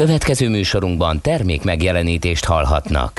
Következő műsorunkban termék megjelenítést hallhatnak.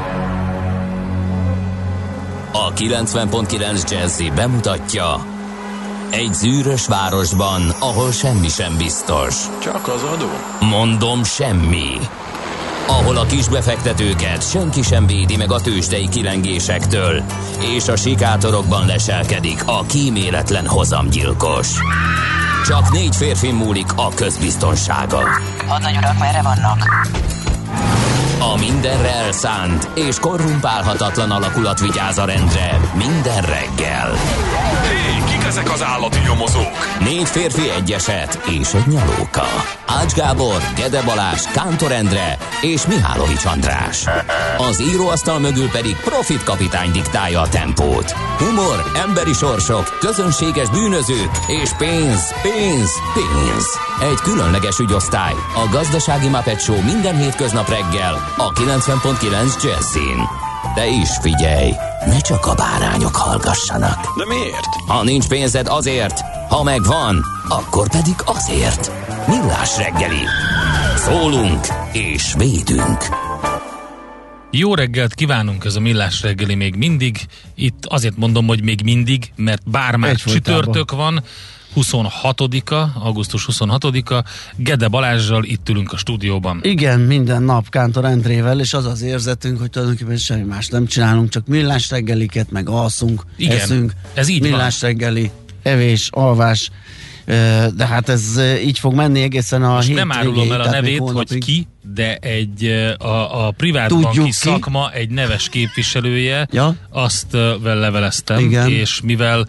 A 90.9 Jazzy bemutatja: egy zűrös városban, ahol semmi sem biztos. Csak az adó? Mondom, semmi. Ahol a kisbefektetőket senki sem védi meg a tőzsdei kilengésektől, és a sikátorokban leselkedik a kíméletlen hozamgyilkos. Csak 4 férfi múlik a közbiztonsága. Hadnagy urak, merre vannak? A mindenre elszánt és korrumpálhatatlan alakulat vigyáz a rendre minden reggel. Hé, kik ezek az állati nyomozók? 4 férfi, egy eset és egy nyalóka. Ács Gábor, Gede Balázs, Kántor Endre és Mihálovics András. Az íróasztal mögül pedig Profit kapitány diktálja a tempót. Humor, emberi sorsok, közönséges bűnözők és pénz, pénz, pénz. Egy különleges ügyosztály, a Gazdasági Muppet Show minden hétköznap reggel a 90.9 Jazzyn. De is figyelj, ne csak a bárányok hallgassanak. De miért? Ha nincs pénzed, azért, ha megvan, akkor pedig azért. Millás reggeli. Szólunk és védünk. Jó reggelt kívánunk, ez a Millás reggeli még mindig. Itt azért mondom, hogy még mindig, mert bár már csütörtök van, 26-a, augusztus 26-a, Gede Balázsral itt ülünk a stúdióban. Igen, minden nap Kántor Endrével, és az az érzetünk, hogy tulajdonképpen semmi más nem csinálunk, csak millás reggeliket, meg alszunk, igen, eszünk. Ez így millás van. Reggeli, evés, alvás, de hát ez így fog menni egészen a Most hétvégéig. nem árulom el a nevét, hónapig. hogy ki, de a privátbanki szakma egy neves képviselője, ja? Azt leveleztem, igen. És mivel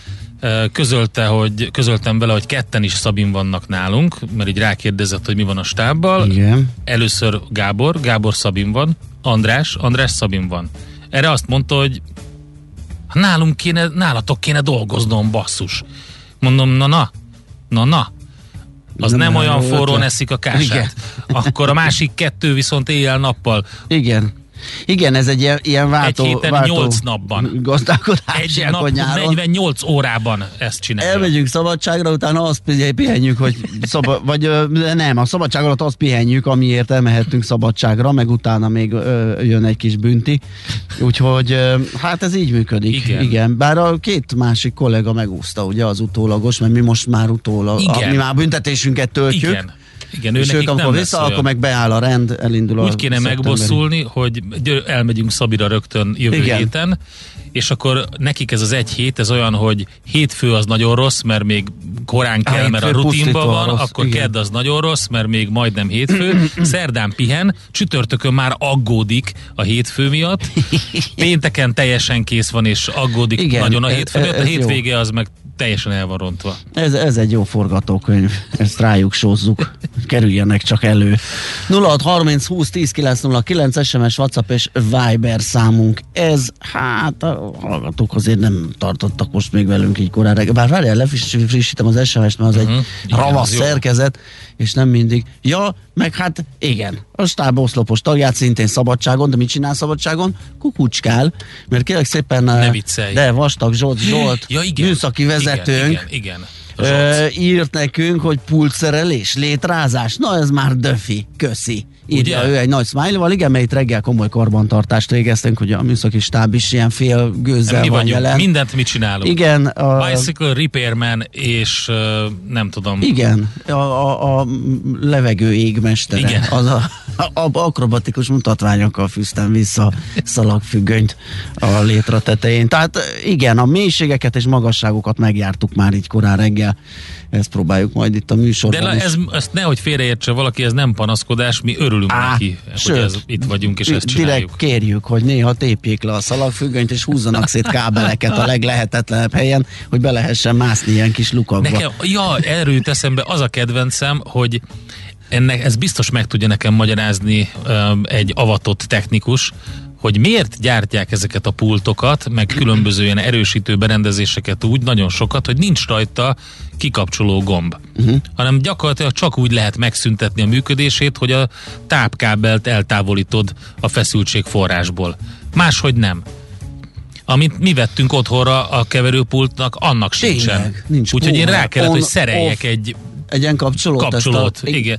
közöltem vele, hogy ketten is Szabin vannak nálunk, mert így rákérdezett, hogy mi van a stábbal. Igen. Először Gábor Szabin van, András Szabin van. Erre azt mondta, hogy nálatok kéne dolgoznom, basszus. Mondom, na. Az nem olyan forrón eszik a kását. Igen. Akkor a másik 2 viszont éjjel-nappal. Igen, ez egy ilyen váltó... Egy héten 8 napban. Gazdálkodás. Egy nap 48 órában ezt csinálja. Elmegyünk szabadságra, utána azt pihenjük, hogy a szabadság alatt azt pihenjük, amiért elmehettünk szabadságra, meg utána még jön egy kis bünti. Úgyhogy hát ez így működik. Igen. Bár a 2 másik kollega megúszta, ugye, az utólagos, mert mi most már mi már büntetésünket töltjük. Igen, és ők amikor vissza, akkor meg beáll a rend, elindul úgy kéne megbosszulni, hogy elmegyünk Szabira rögtön jövő héten, és akkor nekik ez az egy hét, ez olyan, hogy hétfő az nagyon rossz, mert még korán kell, mert a rutinban van, rossz, akkor kedd az nagyon rossz, mert még majdnem hétfő, szerdán pihen, csütörtökön már aggódik a hétfő miatt, pénteken teljesen kész van, és aggódik nagyon a hétfő miatt, a hétvége az meg teljesen el van rontva. Ez egy jó forgatókönyv, ezt rájuk sózzuk, kerüljenek csak elő. 0630 20 10 909 SMS, WhatsApp és Viber számunk. Ez, hát a hallgatók azért nem tartottak most még velünk így korán reggel. Bár várjál, lefrissítem az SMS-t, mert az egy ravasz szerkezet, és nem mindig. Ja, meg hát igen, a stáb oszlopos tagját szintén szabadságon, de mit csinál szabadságon? Kukucskál, mert kérlek szépen, de Vastag Zsolt műszaki vezetőnk, igen. Írt nekünk, hogy pultszerelés, létrázás, na ez már döfi, köszi. Írja ő egy nagy smiley-val, igen, mert itt reggel komoly karbantartást végeztünk, hogy a műszaki stáb is ilyen fél gőzzel van jelen. Mindent mit csinálunk. Igen. Bicycle repairman és nem tudom. Igen, a levegő égmestere. Igen. Az a akrobatikus mutatványokkal fűztem vissza szalagfüggönyt a létra tetején. Tehát igen, a mélységeket és magasságokat megjártuk már így korán reggel. Ezt próbáljuk majd itt a műsorban. De ezt nehogy félreértse valaki, ez nem panaszkodás, mi örülünk neki, hogy itt vagyunk és ezt csináljuk. Direkt kérjük, hogy néha tépjék le a szalagfüggönyt és húzzanak szét kábeleket a leglehetetlenebb helyen, hogy be lehessen mászni ilyen kis lukakba. Erről jut eszembe az a kedvencem, hogy ez biztos meg tudja nekem magyarázni egy avatott technikus, hogy miért gyártják ezeket a pultokat, meg különböző ilyen erősítő berendezéseket úgy, nagyon sokat, hogy nincs rajta kikapcsoló gomb. Hanem gyakorlatilag csak úgy lehet megszüntetni a működését, hogy a tápkábelt eltávolítod a feszültség forrásból. Máshogy nem. Amit mi vettünk otthonra a keverőpultnak, annak sincsen. Úgyhogy én rá kellett, hogy szereljek egy ilyen kapcsolót. Igen.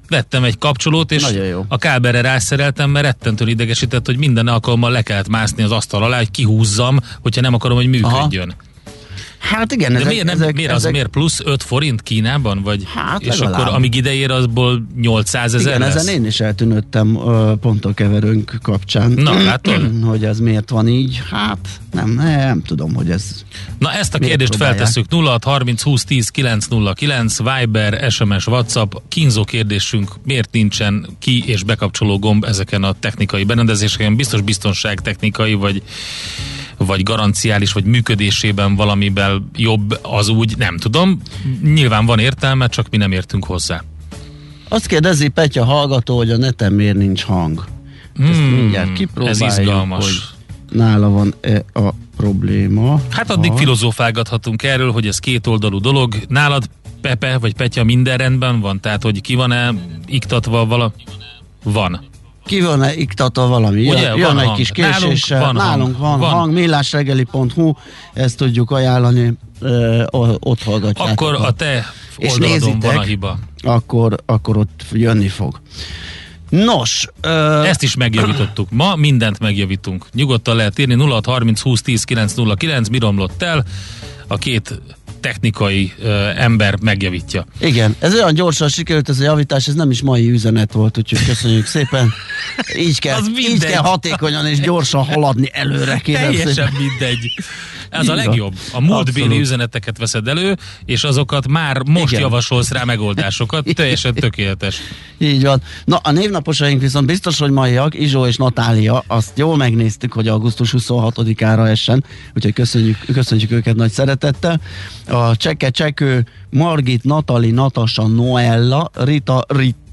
vettem egy kapcsolót, és a kábelre rászereltem, mert rettentően idegesített, hogy minden alkalommal le kellett mászni az asztal alá, hogy kihúzzam, hogyha nem akarom, hogy működjön. Aha. Hát igen, de miért plusz 5 forint Kínában? Vagy, hát és akkor amíg ideér, azból 800 000 igen, lesz? ezen én is eltűnődtem pont a keverőnk kapcsán. Na, látod? Hogy ez miért van így? Hát nem tudom, hogy ez... Na, ezt a kérdést feltesszük. 0630 20 10 909, Viber, SMS, WhatsApp. Kínzó kérdésünk, miért nincsen ki- és bekapcsoló gomb ezeken a technikai berendezéseken? Biztos biztonságtechnikai, vagy garanciális, vagy működésében valamivel jobb az úgy, nem tudom. Nyilván van értelme, csak mi nem értünk hozzá. Azt kérdezi Petya hallgató, hogy a neten miért nincs hang. Ezt mindjárt kipróbáljuk, ez izgalmas. hogy nála van-e a probléma. Hát addig filozófálgathatunk erről, hogy ez kétoldalú dolog. Nálad, Pepe, vagy Petya, minden rendben van? Tehát, hogy ki van-e iktatva vala? Van. Ki van-e iktatva valami? Ugye, jön egy kis késéssel. Nálunk van hang. Millásreggeli.hu, ezt tudjuk ajánlani, ott hallgatjátok. Akkor a te oldaladon van a hiba. Akkor ott jönni fog. Nos. Ezt is megjavítottuk. Ma mindent megjavítunk. Nyugodtan lehet írni 0630 20 10 909, mi romlott el, a két technikai ember megjavítja. Igen, ez olyan gyorsan sikerült ez a javítás, ez nem is mai üzenet volt, úgyhogy köszönjük szépen. Így kell hatékonyan és gyorsan haladni előre. Teljesen mindegy. Ez a legjobb. A múltbéli üzeneteket veszed elő, és azokat már most javasolsz rá megoldásokat. Teljesen tökéletes. Így van. Na, a névnaposaink viszont biztos, hogy maiak, Izsó és Natália, azt jól megnéztük, hogy augusztus 26-ára essen, úgyhogy köszönjük őket nagy szeretettel. A Csekő, Margit, Natali, Natasa, Noella, Rita,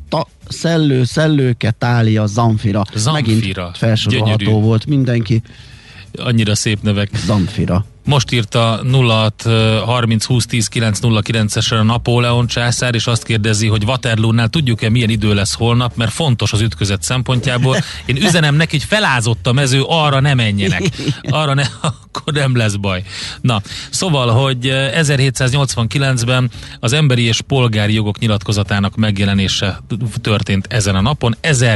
Szellőke, Tália, Zamfira. Megint felsorolható gyönyörű volt mindenki. Annyira szép nevek. Zamfira. Most írta 0630 20 10 909-esen a Napóleon császár, és azt kérdezi, hogy Waterloo-nál tudjuk-e, milyen idő lesz holnap, mert fontos az ütközet szempontjából. Én üzenem neki, hogy felázott a mező, arra ne menjenek. Arra ne, akkor nem lesz baj. Na, szóval, hogy 1789-ben az emberi és polgári jogok nyilatkozatának megjelenése történt ezen a napon.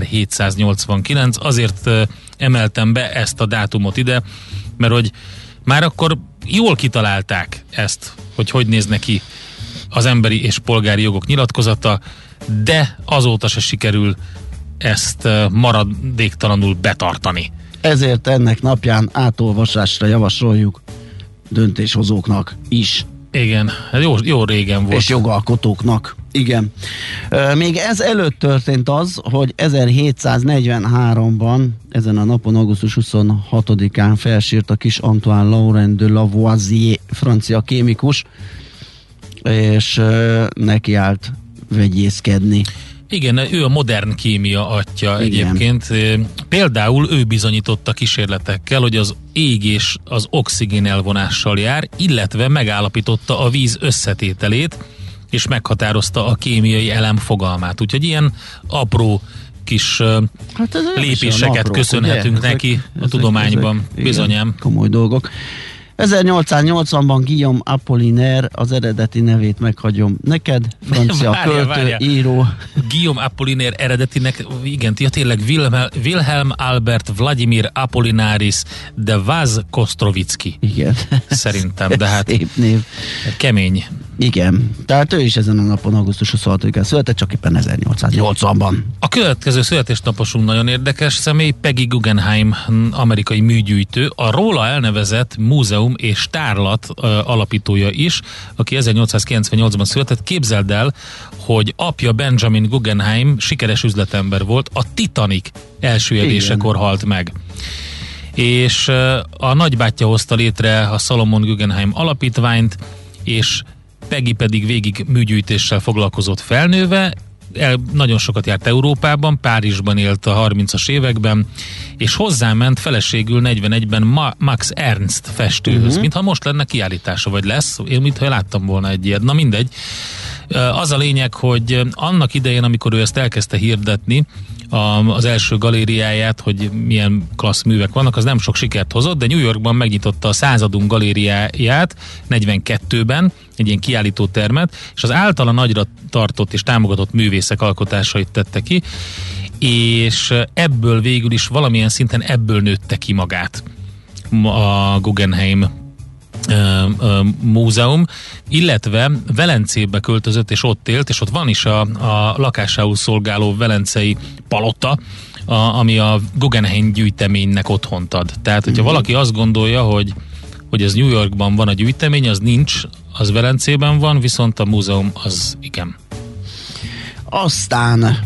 1789, azért emeltem be ezt a dátumot ide, mert hogy már akkor jól kitalálták ezt, hogy néz neki az emberi és polgári jogok nyilatkozata, de azóta se sikerül ezt maradéktalanul betartani. Ezért ennek napján átolvasásra javasoljuk döntéshozóknak is. Igen, jó régen volt. És jogalkotóknak. Igen. Még ez előtt történt az, hogy 1743-ban, ezen a napon, augusztus 26-án felsírt a kis Antoine Laurent de Lavoisier, francia kémikus, és nekiállt vegyészkedni. Igen, ő a modern kémia atya. Igen. Egyébként. Például ő bizonyította kísérletekkel, hogy az égés az oxigén elvonással jár, illetve megállapította a víz összetételét, és meghatározta a kémiai elem fogalmát. Úgyhogy ilyen apró kis lépéseket köszönhetünk neki a tudományban. Bizonyám. Komoly dolgok. 1880-ban Guillaume Apollinaire, az eredeti nevét meghagyom neked, francia költő, író. Guillaume Apollinaire eredetinek, igen, tényleg Wilhelm Albert Vladimir Apollinaris de Vaz Kostrovicki. Igen. Szerintem, de hát szép név. Kemény. Igen, tehát ő is ezen a napon, augusztus 26-án született, csak éppen 1880-ban. A következő születésnaposunk nagyon érdekes személy, Peggy Guggenheim, amerikai műgyűjtő, a róla elnevezett múzeum és tárlat alapítója is, aki 1898-ban született. Képzeld el, hogy apja Benjamin Guggenheim sikeres üzletember volt, a Titanic elsüllyedésekor halt meg. És a nagybátyja hozta létre a Salomon Guggenheim alapítványt, és Peggy pedig végig műgyűjtéssel foglalkozott felnőve, nagyon sokat járt Európában, Párizsban élt a 30-as években, és hozzáment feleségül 41-ben Max Ernst festőhöz, mintha most lenne kiállítása, vagy lesz, én mintha láttam volna egy ilyet, na mindegy. Az a lényeg, hogy annak idején, amikor ő ezt elkezdte hirdetni, az első galériáját, hogy milyen klassz művek vannak, az nem sok sikert hozott, de New Yorkban megnyitotta a Századunk galériáját 42-ben, egy ilyen kiállító termet, és az általa nagyra tartott és támogatott művészek alkotásait tette ki, és ebből végül is valamilyen szinten ebből nőtte ki magát a Guggenheim múzeum, illetve Velencébe költözött, és ott élt, és ott van is a lakásául szolgáló velencei palota, ami a Guggenheim gyűjteménynek otthont ad. Tehát, hogyha valaki azt gondolja, hogy ez New Yorkban van a gyűjtemény, az nincs, az Velencében van, viszont a múzeum az igen. Aztán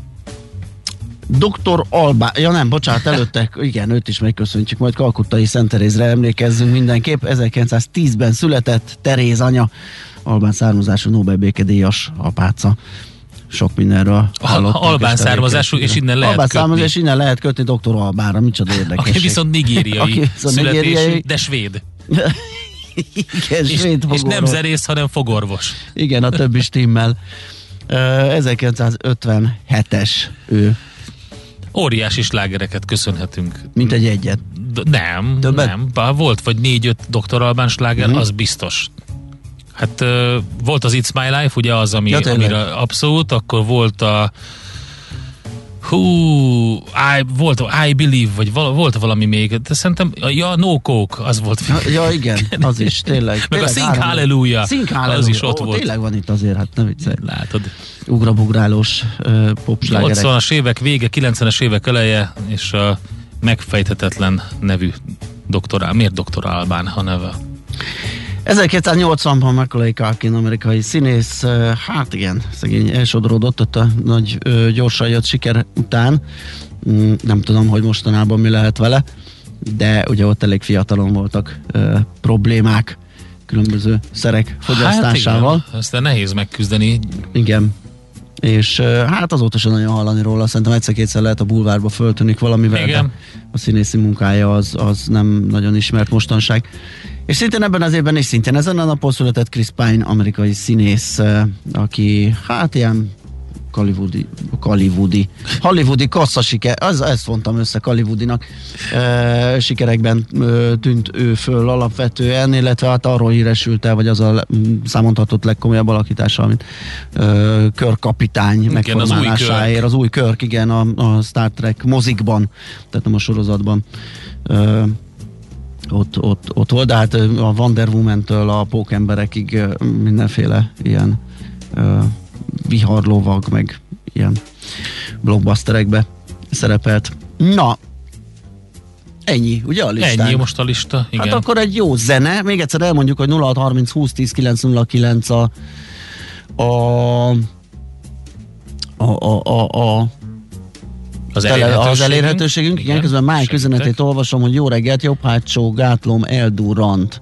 Dr. Albán, előtte, igen, őt is megköszöntjük, majd Kalkuttai Szent Terézre emlékezzünk mindenképp. 1910-ben született Teréz anya, albán származású Nobel békedíjas apáca. Sok mindenről hallottunk. Albán származású, és innen lehet albán kötni. Származású, és innen lehet kötni Dr. Albánra, micsoda érdekesség. Aki viszont nigériai születésű, de svéd. Igen, svéd és nem zenész, hanem fogorvos. Igen, a többi stimmel. 1957-es ő. Óriási slágereket köszönhetünk. Mint egy egyet. Nem, többet? nem. Bár volt vagy 4-5 Dr. Albán sláger, az biztos. Hát volt az It's My Life, ugye az, amire abszolút, akkor volt a volt I Believe, vagy volt valami még, de szerintem, No Coke, az volt. Ja, igen, az is, tényleg. Meg a Sing Hallelujah, az is ott volt. Tényleg van itt azért, hát nem viccelj. Látod. Ugrabugrálós popslágerek. 80-as évek vége, 90-es évek eleje, és a megfejthetetlen nevű miért Dr. Albán a neve? 1980-ban Macaulay Culkin, amerikai színész, hát igen, szegény elsodródott ott a nagy gyorsan jött siker után. Nem tudom, hogy mostanában mi lehet vele, de ugye ott elég fiatalon voltak problémák különböző szerek fogyasztásával. Hát igen, aztán nehéz megküzdeni. Igen. És hát azóta sem nagyon hallani róla, szerintem egyszer-kétszer lehet a bulvárba föltűnik valamivel, igen. De a színészi munkája az nem nagyon ismert mostanság. És szintén ebben az évben és szintén ezen a napon született Chris Pine, amerikai színész, aki hát ilyen hollywoodi kasszasiker, ezt mondtam össze Hollywoodinak, sikerekben tűnt ő föl alapvetően, illetve hát arról híresült el, vagy az a számon-tartott legkomolyabb alakítása, amit Körkapitány megformálásáért, az új Körk, igen, a Star Trek mozikban, tehát nem a sorozatban ott volt, de hát a Wonder Woman-től a pókemberekig mindenféle ilyen viharlovag, meg ilyen blockbusterekbe szerepelt. Na, ennyi, ugye a listán? Ennyi most a lista, igen. Hát akkor egy jó zene, még egyszer elmondjuk, hogy 0630 20 10 909 az elérhetőségünk. Igen, közben Mike üzenetét olvasom, hogy jó reggelt, jobb hátsó gátlom eldurrant.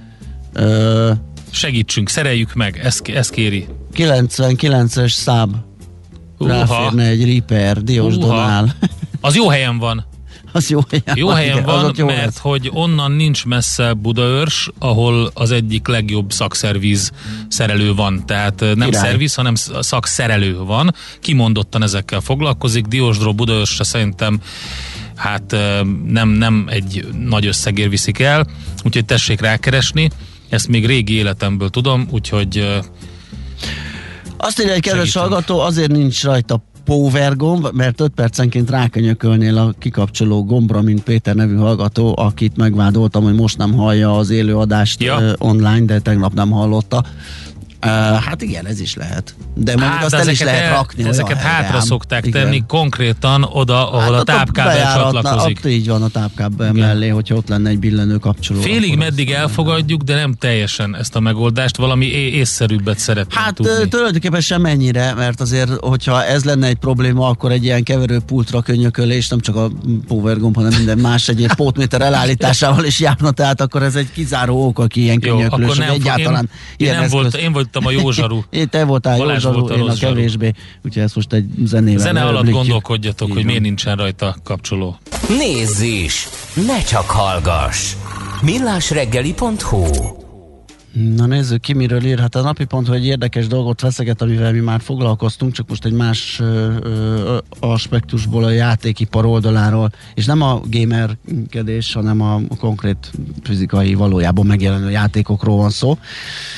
Segítsünk, szereljük meg, ezt kéri. 99-es száb. Ráférne egy Reaper, Diós Donál. Az jó helyen van. Az jó helyen van, mert hogy onnan nincs messze Budaörs, ahol az egyik legjobb szakszerviz szerelő van. Tehát nem szerviz, hanem szakszerelő van. Kimondottan ezekkel foglalkozik. Diósdról Budaörsre szerintem hát nem egy nagy összegér viszik el, úgyhogy tessék rákeresni. Ezt még régi életemből tudom, úgyhogy azt írja egy kedves hallgató, azért nincs rajta power gomb, mert 5 percenként rákönyökölnél a kikapcsoló gombra, mint Péter nevű hallgató, akit megvádoltam, hogy most nem hallja az élőadást online, de tegnap nem hallotta. Hát igen, ez is lehet. De mondjuk azt el is lehet rakni. Ezeket hátra szokták tenni konkrétan oda, ahol a tápkábel csatlakozik. Így van a tápkábel mellé, hogyha ott lenne egy billenő kapcsoló. Félig meddig elfogadjuk, de nem teljesen ezt a megoldást, valami észszerűbbet szeretnénk tudni. Hát tulajdonképpen sem ennyire, mert azért, hogyha ez lenne egy probléma, akkor egy ilyen keverőpultra könyökölés, nem csak a power gomb, hanem minden más egyéb pótméter elállításával is járna, tehát akkor ez egy kizáró ok, aki ilyen könyöklős, egyáltalán én voltam a józsarú. Te voltál józsarú, én a kevésbé. Úgyhogy ez most egy zenével. Zene alatt gondolkodjatok, hogy miért nincsen rajta kapcsoló. Nézz is! Ne csak hallgass! millásreggeli.hu. Na nézzük ki, miről ír. Hát a napi.hu egy érdekes dolgot feszeget, amivel mi már foglalkoztunk, csak most egy más aspektusból, a játékipar oldaláról, és nem a gamerkedés, hanem a konkrét fizikai, valójában megjelenő játékokról van szó.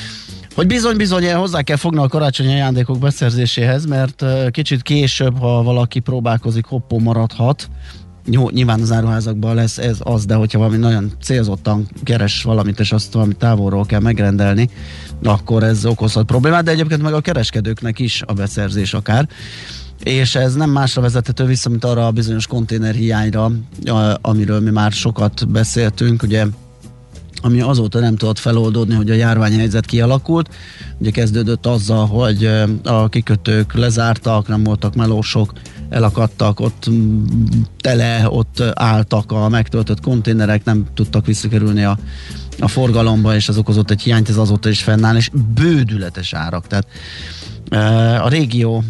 Hogy bizony hozzá kell fogni a karácsonyi ajándékok beszerzéséhez, mert kicsit később, ha valaki próbálkozik, hoppó maradhat. Jó, nyilván az áruházakban lesz ez az, de hogyha valami nagyon célzottan keres valamit, és azt valami távolról kell megrendelni, akkor ez okozhat problémát, de egyébként meg a kereskedőknek is a beszerzés akár. És ez nem másra vezethető vissza, mint arra a bizonyos konténerhiányra, amiről mi már sokat beszéltünk, ugye, ami azóta nem tudott feloldódni, hogy a járványhelyzet kialakult. Ugye kezdődött azzal, hogy a kikötők lezártak, nem voltak melósok, elakadtak, ott tele, ott álltak a megtöltött konténerek, nem tudtak visszakerülni a forgalomba, és az okozott egy hiányt, ez azóta is fennáll, és bődületes árak. Tehát a régió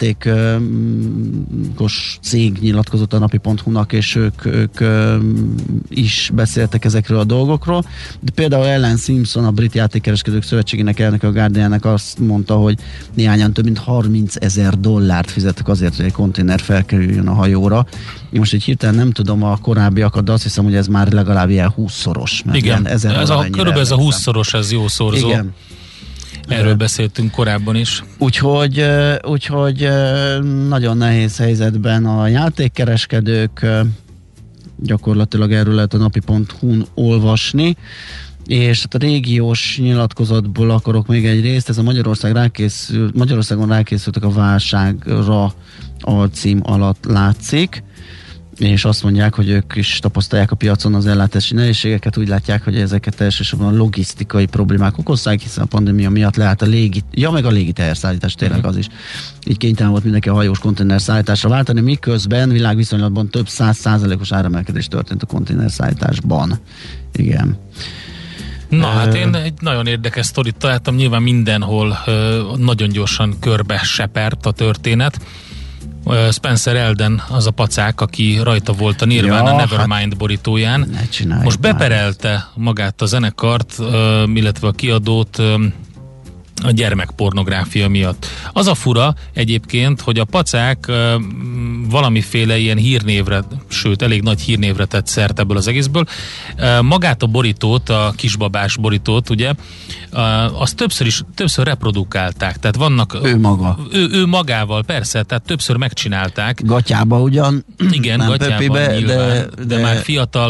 játékos cég nyilatkozott a napi.hu-nak, és ők is beszéltek ezekről a dolgokról, de például Ellen Simpson, a Brit Játékkereskedők Szövetségének elnöke, a Guardiannek azt mondta, hogy néhányan több mint $30,000 fizettek azért, hogy egy konténer felkerüljön a hajóra. Én most egy hirtelen nem tudom a korábbiakat, de azt hiszem, hogy ez már legalább ilyen 20-szoros. Igen, körülbelül ez a 20-szoros, ez jó szorzó. Igen. Erről beszéltünk korábban is. Úgyhogy nagyon nehéz helyzetben a játékkereskedők, gyakorlatilag erről lehet a napi.hu-n olvasni, és hát a régiós nyilatkozatból akarok még egy részt, ez a Magyarországon rákészültek a válságra alcím alatt látszik, és azt mondják, hogy ők is tapasztalják a piacon az ellátási nehézségeket, úgy látják, hogy ezeket elsősorban a logisztikai problémák okozták, hiszen a pandémia miatt leállt a meg a légiteherszállítás, tényleg az is. Így kénytelen volt mindenki a hajós konténerszállításra váltani, miközben világviszonylatban több 100%-os áremelkedés történt a konténerszállításban. Igen. Na hát én egy nagyon érdekes sztorit találtam, nyilván mindenhol nagyon gyorsan körbe sepert a történet. Spencer Elden az a pacák, aki rajta volt a Nirvana Nevermind borítóján. Most beperelte magát a zenekart, illetve a kiadót a gyermekpornográfia miatt. Az a fura egyébként, hogy a pacák valamiféle ilyen hírnévre, sőt elég nagy hírnévre tett szert ebből az egészből. Magát a borítót, a kisbabás borítót, ugye, azt többször reprodukálták, tehát vannak... Ő maga. Ő magával, persze, tehát többször megcsinálták. Gatyába ugyan. Igen, gatyában nyilván, de már fiatal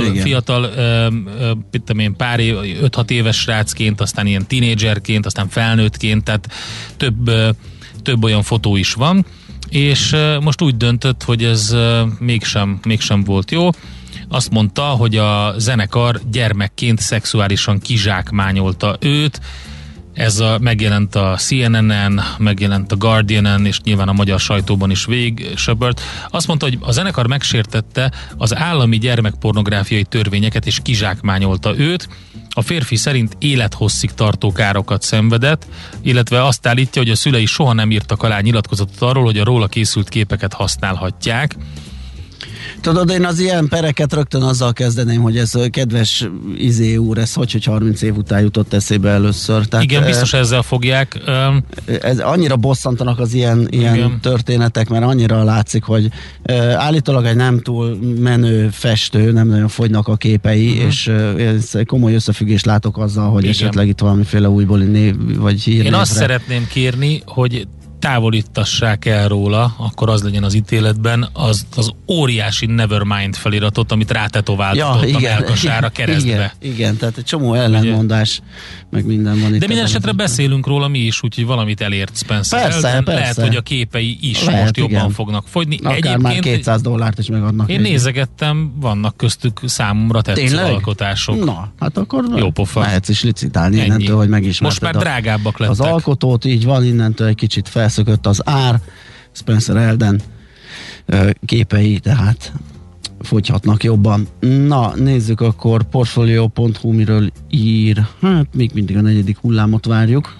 pár 5-6 éves srácként, aztán ilyen tínédzserként, aztán felnőttként, tehát több olyan fotó is van, és most úgy döntött, hogy ez mégsem volt jó. Azt mondta, hogy a zenekar gyermekként szexuálisan kizsákmányolta őt. Ez megjelent a CNN-en, megjelent a Guardian-en, és nyilván a magyar sajtóban is söpört. Azt mondta, hogy a zenekar megsértette az állami gyermekpornográfiai törvényeket, és kizsákmányolta őt. A férfi szerint élethosszig tartó károkat szenvedett, illetve azt állítja, hogy a szülei soha nem írtak alá nyilatkozatot arról, hogy a róla készült képeket használhatják. Tudod, én az ilyen pereket rögtön azzal kezdeném, hogy ez kedves úr, ez hogy 30 év után jutott eszébe először. Tehát, igen, biztos ezzel fogják. Ez annyira bosszantanak az ilyen történetek, mert annyira látszik, hogy állítólag egy nem túl menő festő, nem nagyon fogynak a képei, és komoly összefüggés látok azzal, hogy esetleg itt valamiféle újbóli név vagy hírnévre. Én azt szeretném kérni, hogy távolítassák el róla, akkor az legyen az ítéletben, az óriási Nevermind feliratot, amit rátetováltatott a melkasára keresztbe. Igen, tehát egy csomó ellenmondás, meg minden van itt. De minden esetre beszélünk róla mi is, úgyhogy valamit elért Spencer. Persze. Lehet, hogy a képei is most jobban fognak fogyni. Akár egyébként már $200 is megadnak. Én nézegettem, vannak köztük számomra tetsző alkotások. Na, hát akkor jó pofa. Mehetsz is licitálni innentől, hogy megismerted. Most már drágábbak lettek. Az alkotót, így van, innentől egy kicsit felszökött az ár, Spencer Elden képei, tehát fogyhatnak jobban. Na, nézzük akkor Portfolio.hu miről ír. Hát még mindig a 4. hullámot várjuk.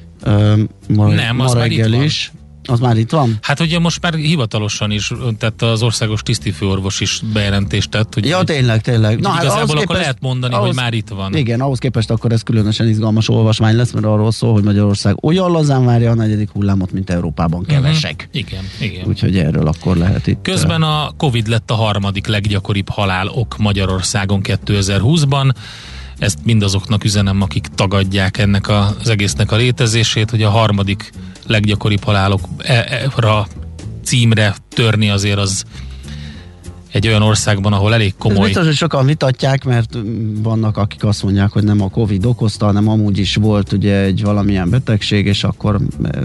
Ma reggel is. Az már itt van? Hát ugye most már hivatalosan is, tehát az országos tisztifőorvos is bejelentést tett. Hogy tényleg. Na, igazából akkor lehet mondani, hogy már itt van. Igen, ahhoz képest akkor ez különösen izgalmas olvasmány lesz, mert arról szól, hogy Magyarország olyan lazán várja a 4. hullámot, mint Európában kevesek. Igen. Úgyhogy erről akkor lehet itt. Közben a Covid lett a 3. leggyakoribb halálok Magyarországon 2020-ban. ezt mindazoknak üzenem, akik tagadják ennek az egésznek a létezését, hogy a harmadik leggyakoribb halálokra címre törni azért az egy olyan országban, ahol elég komoly... Ez biztos, hogy sokan vitatják, mert vannak, akik azt mondják, hogy nem a Covid okozta, hanem amúgy is volt ugye egy valamilyen betegség, és akkor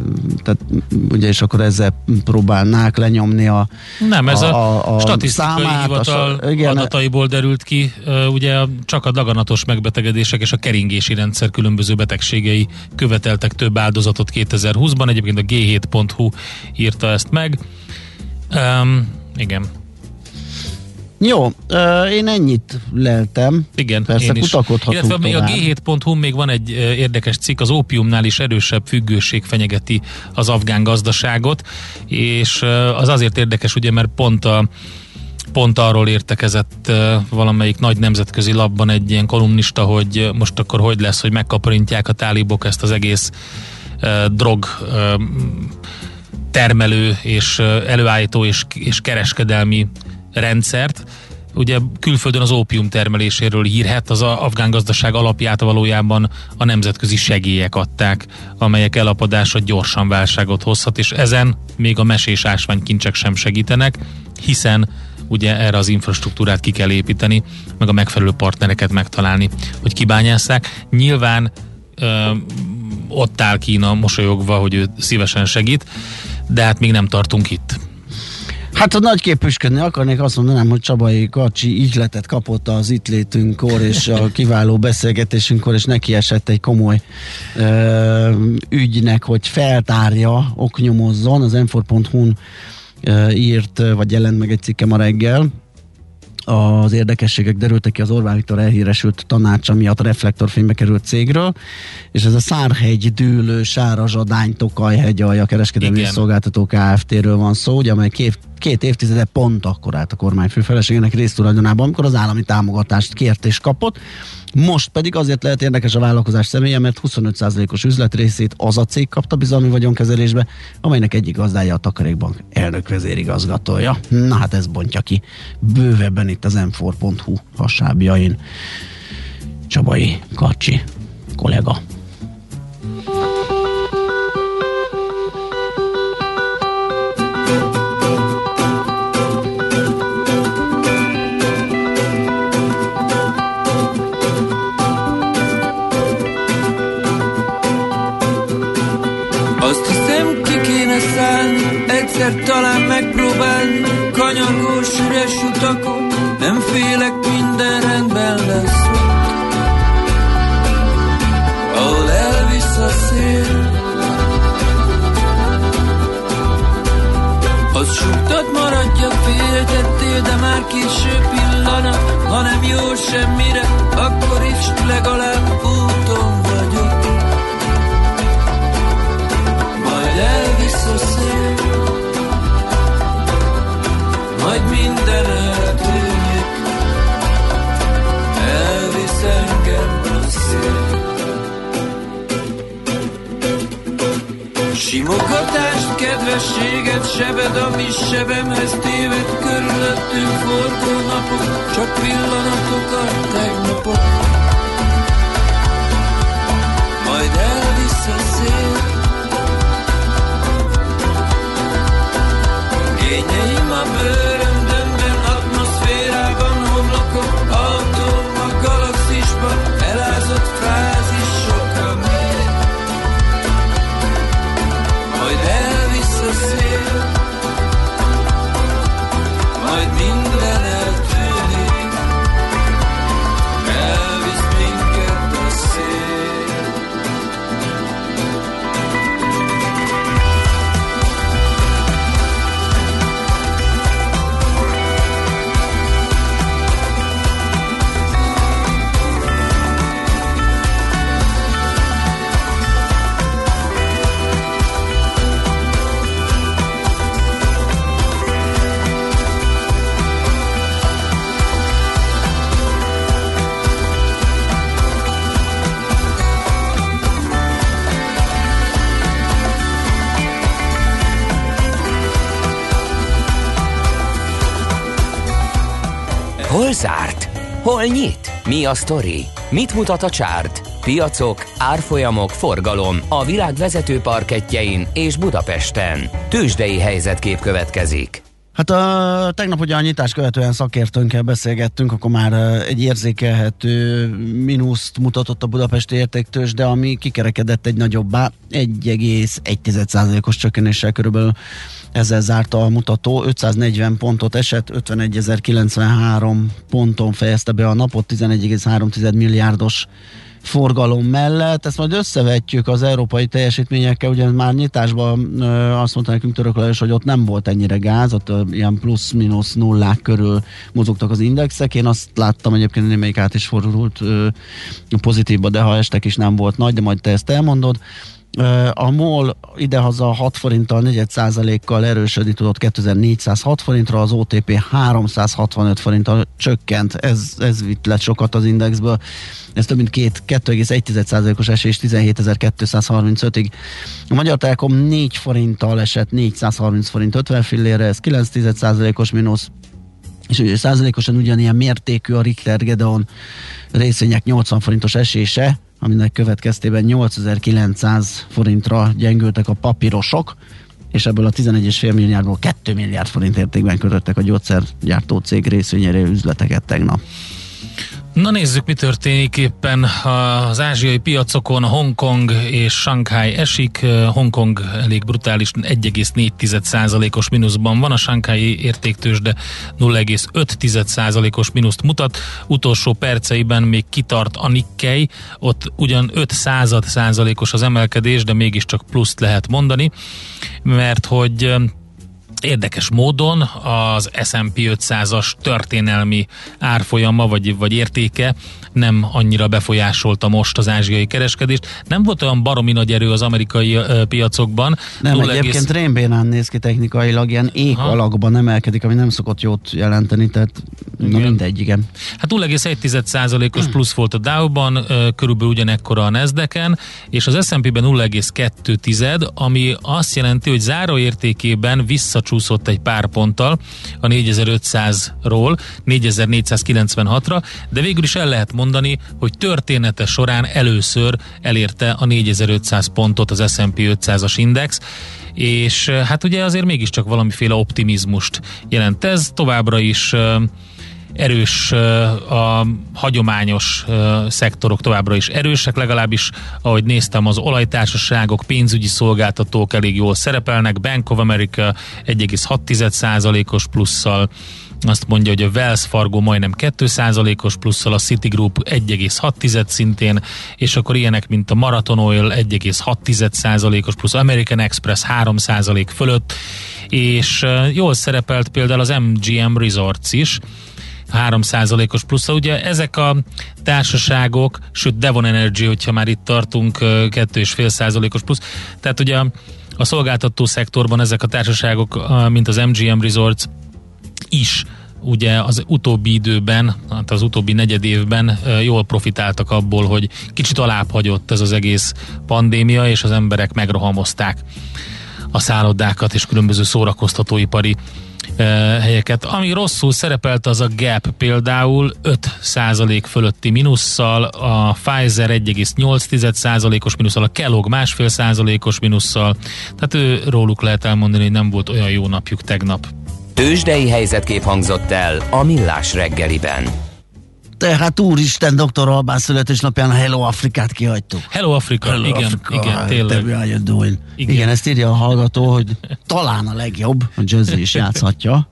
ezzel próbálnák lenyomni nem, ez a statisztikai számát, hivatal adataiból derült ki, ugye csak a daganatos megbetegedések és a keringési rendszer különböző betegségei követeltek több áldozatot 2020-ban, egyébként a G7.hu írta ezt meg. Igen. Jó, én ennyit leltem. Igen, persze kutakodhatunk illetve tovább. A G7.hu még van egy érdekes cikk, az ópiumnál is erősebb függőség fenyegeti az afgán gazdaságot, és az azért érdekes, ugye, mert pont arról értekezett valamelyik nagy nemzetközi lapban egy ilyen kolumnista, hogy most akkor hogy lesz, hogy megkaparintják a tálibok ezt az egész drog termelő és előállító és kereskedelmi rendszert. Ugye külföldön az ópium termeléséről hírhet, az afgán gazdaság alapját valójában a nemzetközi segélyek adták, amelyek elapadása gyorsan válságot hozhat, és ezen még a mesés ásványkincsek sem segítenek, hiszen ugye erre az infrastruktúrát ki kell építeni, meg a megfelelő partnereket megtalálni, hogy kibányásszák. Nyilván ott áll Kína mosolyogva, hogy ő szívesen segít, de hát még nem tartunk itt. Hát, ha nagyképűsködni akarnék, azt mondanám, hogy Csabai Karcsi ihletet kapott az itt létünkkor és a kiváló beszélgetésünkkor, és neki esett egy komoly ügynek, hogy feltárja, oknyomozzon. Az m4.hu-n írt, vagy jelent meg egy cikkem a reggel. Az érdekességek derültek ki az Orbán Viktor elhíresült tanácsa miatt reflektorfénybe került cégről, és ez a Szárhegy Dűlő Sárazsadány Tokaj-hegyalja kereskedelmi és szolgáltató Kft-ről van szó, ugye, amely két évtizede pont akkor állt a kormányfő feleségének résztulajdonában, amikor az állami támogatást kért és kapott. Most pedig azért lehet érdekes a vállalkozás személye, mert 25%-os üzletrészét az a cég kapta bizalmi vagyonkezelésbe, amelynek egyik gazdája a Takarékbank elnök vezérigazgatója. Na hát ez bontja ki bővebben itt az m4.hu hasábjain Csabai Karcsi kollega. Azt hiszem, ki kéne szállni, egyszer talán megpróbálni, kanyargós üres utakon, nem félek, minden rendben lesz ott, ahol elvisz a szél. Az súgtad, maradja, féltettél, de már késő pillanat, ha nem jó semmire, akkor is legalább úton vagyok. Elvisz a szél, majd minden eltűnik, elvisz engem a szél. Simogatást, kedvességet, sebed, ami sebemhez téved, körülöttünk forgó napok, csak pillanatok a tegnapok, majd elvisz a szél. Kényeim a bőröndömben, atmoszférában, homlokon, autóm a galaxisban, elázott frázisokra mély. Majd elvisz a szél, majd minden eltűnik, elvisz minket a szél. Hol zárt? Hol nyit? Mi a sztori? Mit mutat a csárt? Piacok, árfolyamok, forgalom a világ vezető parkettjein és Budapesten. Tőzsdei helyzetkép következik. Hát tegnap ugye a nyitás követően szakértőnkkel beszélgettünk, akkor már egy érzékelhető mínuszt mutatott a budapesti értéktőzsde, de ami kikerekedett egy nagyobbá, 1,1%-os csökkenéssel körülbelül ezzel zárta a mutató, 540 pontot esett, 51.093 ponton fejezte be a napot, 11,3 milliárdos forgalom mellett. Ezt majd összevetjük az európai teljesítményekkel, ugye már nyitásban azt mondta nekünk Török Lajos, hogy ott nem volt ennyire gáz, ott ilyen plusz-minusz nullák körül mozogtak az indexek. Én azt láttam egyébként, hogy némelyik át is fordult pozitívba, de ha estek is nem volt nagy, de majd te ezt elmondod. A MOL idehaza 6 forinttal, 4%-kal erősödni tudott 2406 forintra, az OTP 365 forinttal csökkent, ez vitt le sokat az indexből, ez több mint 2,1%-os esés 17.235-ig. A Magyar Telekom 4 forinttal esett 430 forint 50 fillérre, ez 9%-os mínusz, és ugye százalékosan ugyanilyen mértékű a Richter Gedeon részvények 80 forintos esése, aminek következtében 8900 forintra gyengültek a papírosok, és ebből a 11,5 milliárdból 2 milliárd forint értékben kötöttek a gyógyszergyártó cég részvényére üzleteket tegnap. Na nézzük, mi történik éppen az ázsiai piacokon. Hongkong és Shanghai esik. Hongkong elég brutális 1,4%-os mínuszban van, a Shanghai értéktőzsde 0,5%-os mínuszt mutat. Utolsó perceiben még kitart a Nikkei, ott ugyan 0,05%-os az emelkedés, de mégiscsak pluszt lehet mondani, mert hogy érdekes módon az S&P 500-as történelmi árfolyama vagy értéke nem annyira befolyásolta most az ázsiai kereskedést. Nem volt olyan baromi nagy erő az amerikai piacokban. Nem, egyébként rémbénán néz ki technikailag, ilyen ék alakban emelkedik, ami nem szokott jót jelenteni, tehát na mindegy, igen. Hát 0,1%-os plusz volt a Dow-ban, körülbelül ugyanekkora a Nasdaq-en, és az S&P-ben 0,2, ami azt jelenti, hogy záróértékében visszacsúszott egy pár ponttal a 4500-ról 4496-ra, de végül is el lehet mondani, hogy története során először elérte a 4500 pontot az S&P 500-as index, és hát ugye azért mégiscsak valamiféle optimizmust jelent ez, továbbra is erős, a hagyományos szektorok továbbra is erősek, legalábbis ahogy néztem, az olajtársaságok, pénzügyi szolgáltatók elég jól szerepelnek, Bank of America 1,6%-os plusszal, azt mondja, hogy a Wells Fargo majdnem 2%-os plusszal, a Citigroup 1,6 szintén, és akkor ilyenek, mint a Marathon Oil 1,6%-os plusz, American Express 3% fölött, és jól szerepelt például az MGM Resorts is, 3%-os plusszal. Ugye ezek a társaságok, sőt Devon Energy, hogyha már itt tartunk, 2,5%-os plusz. Tehát ugye a szolgáltató szektorban ezek a társaságok, mint az MGM Resorts is ugye az utóbbi időben, hát az utóbbi negyed évben jól profitáltak abból, hogy kicsit alább hagyott ez az egész pandémia, és az emberek megrohamozták a szállodákat és különböző szórakoztatóipari helyeket. Ami rosszul szerepelt, az a Gap például 5% fölötti mínusszal, a Pfizer 1,8%-os mínusszal, a Kellogg 1,5%-os mínusszal, tehát róluk lehet elmondani, hogy nem volt olyan jó napjuk tegnap. Tőzsdei helyzetkép hangzott el a Millás reggeliben. Tehát úristen, Dr. Albán születésnapján a Hello Afrikát kihagytuk. Hello Afrika, igen, tényleg. Igen, ezt írja a hallgató, hogy talán a legjobb, a Jazzy is játszhatja.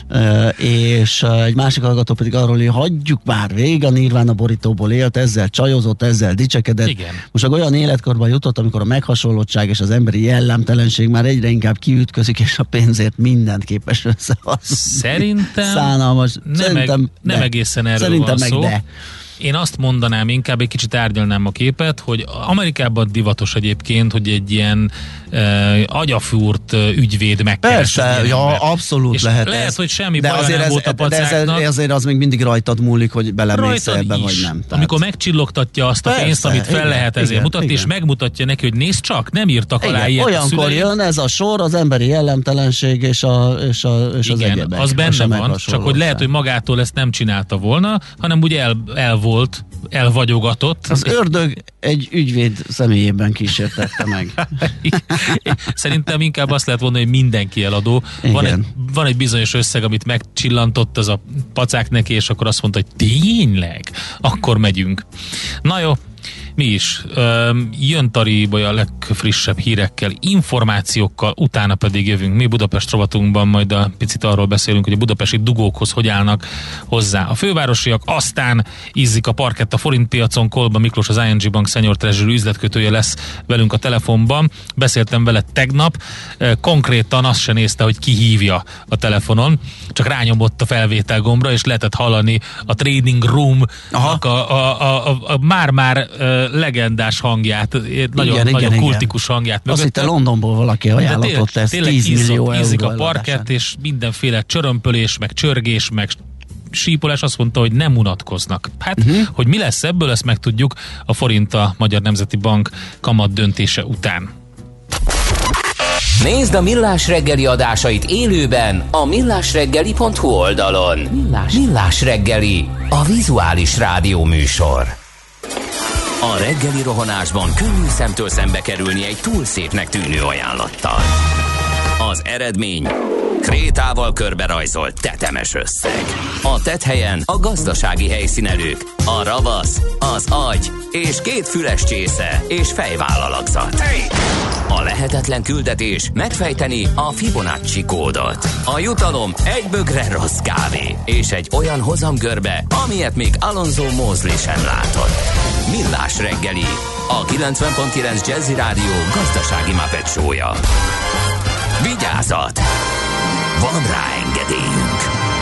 És egy másik hallgató pedig arról, hogy hagyjuk már, vég a Nirvana borítóból élt, ezzel csajozott, ezzel dicsekedett. Igen. Most olyan életkorban jutott, amikor a meghasonlottság és az emberi jellemtelenség már egyre inkább kiütközik, és a pénzért mindent képes összehozni. Szerintem szánalmas. Nem egészen erről van szó. De. Én azt mondanám, inkább egy kicsit árnyalnám a képet, hogy Amerikában divatos egyébként, hogy egy ilyen agyafúrt ügyvéd megkeresett. Persze, ja, abszolút és lehet. Lehet, hogy semmi baj nem volt a pacáknak. De azért az még mindig rajtad múlik, hogy belemész ebbe, vagy nem. Tehát... Amikor megcsillogtatja azt a pénzt, amit fel lehet ezért mutatni, és megmutatja neki, hogy nézd csak, nem írtak alá ilyet. Olyankor jön ez a sor, az emberi jellemtelenség és az egyebek. Az benne van, csak hogy lehet, hogy magától ezt nem csinálta volna, hanem ugye el volt elvagyogatott. Az ördög egy ügyvéd személyében kísértette meg. Szerintem inkább azt lehet mondani, hogy mindenki eladó. Van egy bizonyos összeg, amit megcsillantott az a pacák neki, és akkor azt mondta, hogy tényleg? Akkor megyünk. Na jó, mi is. Jön Tari a legfrissebb hírekkel, információkkal, utána pedig jövünk mi Budapest rovatunkban, majd a picit arról beszélünk, hogy a budapesti dugókhoz hogy állnak hozzá a fővárosiak, aztán ízzik a parkett a forintpiacon. Kolba Miklós, az ING Bank Senior Treasury üzletkötője lesz velünk a telefonban. Beszéltem vele tegnap, konkrétan azt se nézte, hogy ki hívja a telefonon, csak rányomott a felvétel gombra, és lehetett hallani a Trading Room-nak a már-már legendás hangját, nagyon kultikus hangját mögött. Azt hitte Londonból valaki ajánlatott ezt 10 millió euró ízik a parkett, és mindenféle csörömpölés, meg csörgés, meg sípolás, azt mondta, hogy nem unatkoznak. Hát, hogy mi lesz ebből, ezt megtudjuk a forint a Magyar Nemzeti Bank kamat döntése után. Nézd a Millás reggeli adásait élőben a millásreggeli.hu oldalon. Millás reggeli, a vizuális rádió műsor. A reggeli rohanásban könnyű szemtől szembe kerülni egy túl szépnek tűnő ajánlattal. Az eredmény krétával körberajzolt tetemes összeg. A tetthelyen a gazdasági helyszínelők, a ravasz, az agy és 2 füles csésze és fejvállalakzat. A lehetetlen küldetés megfejteni a Fibonacci kódot. A jutalom egy bögre rossz kávé és egy olyan hozamgörbe, amilyet még Alonso Mosley sem látott. Millás reggeli, a 90.9 Jazzy Rádió gazdasági Muppet show-ja. Vigyázat! Van rá engedélyünk!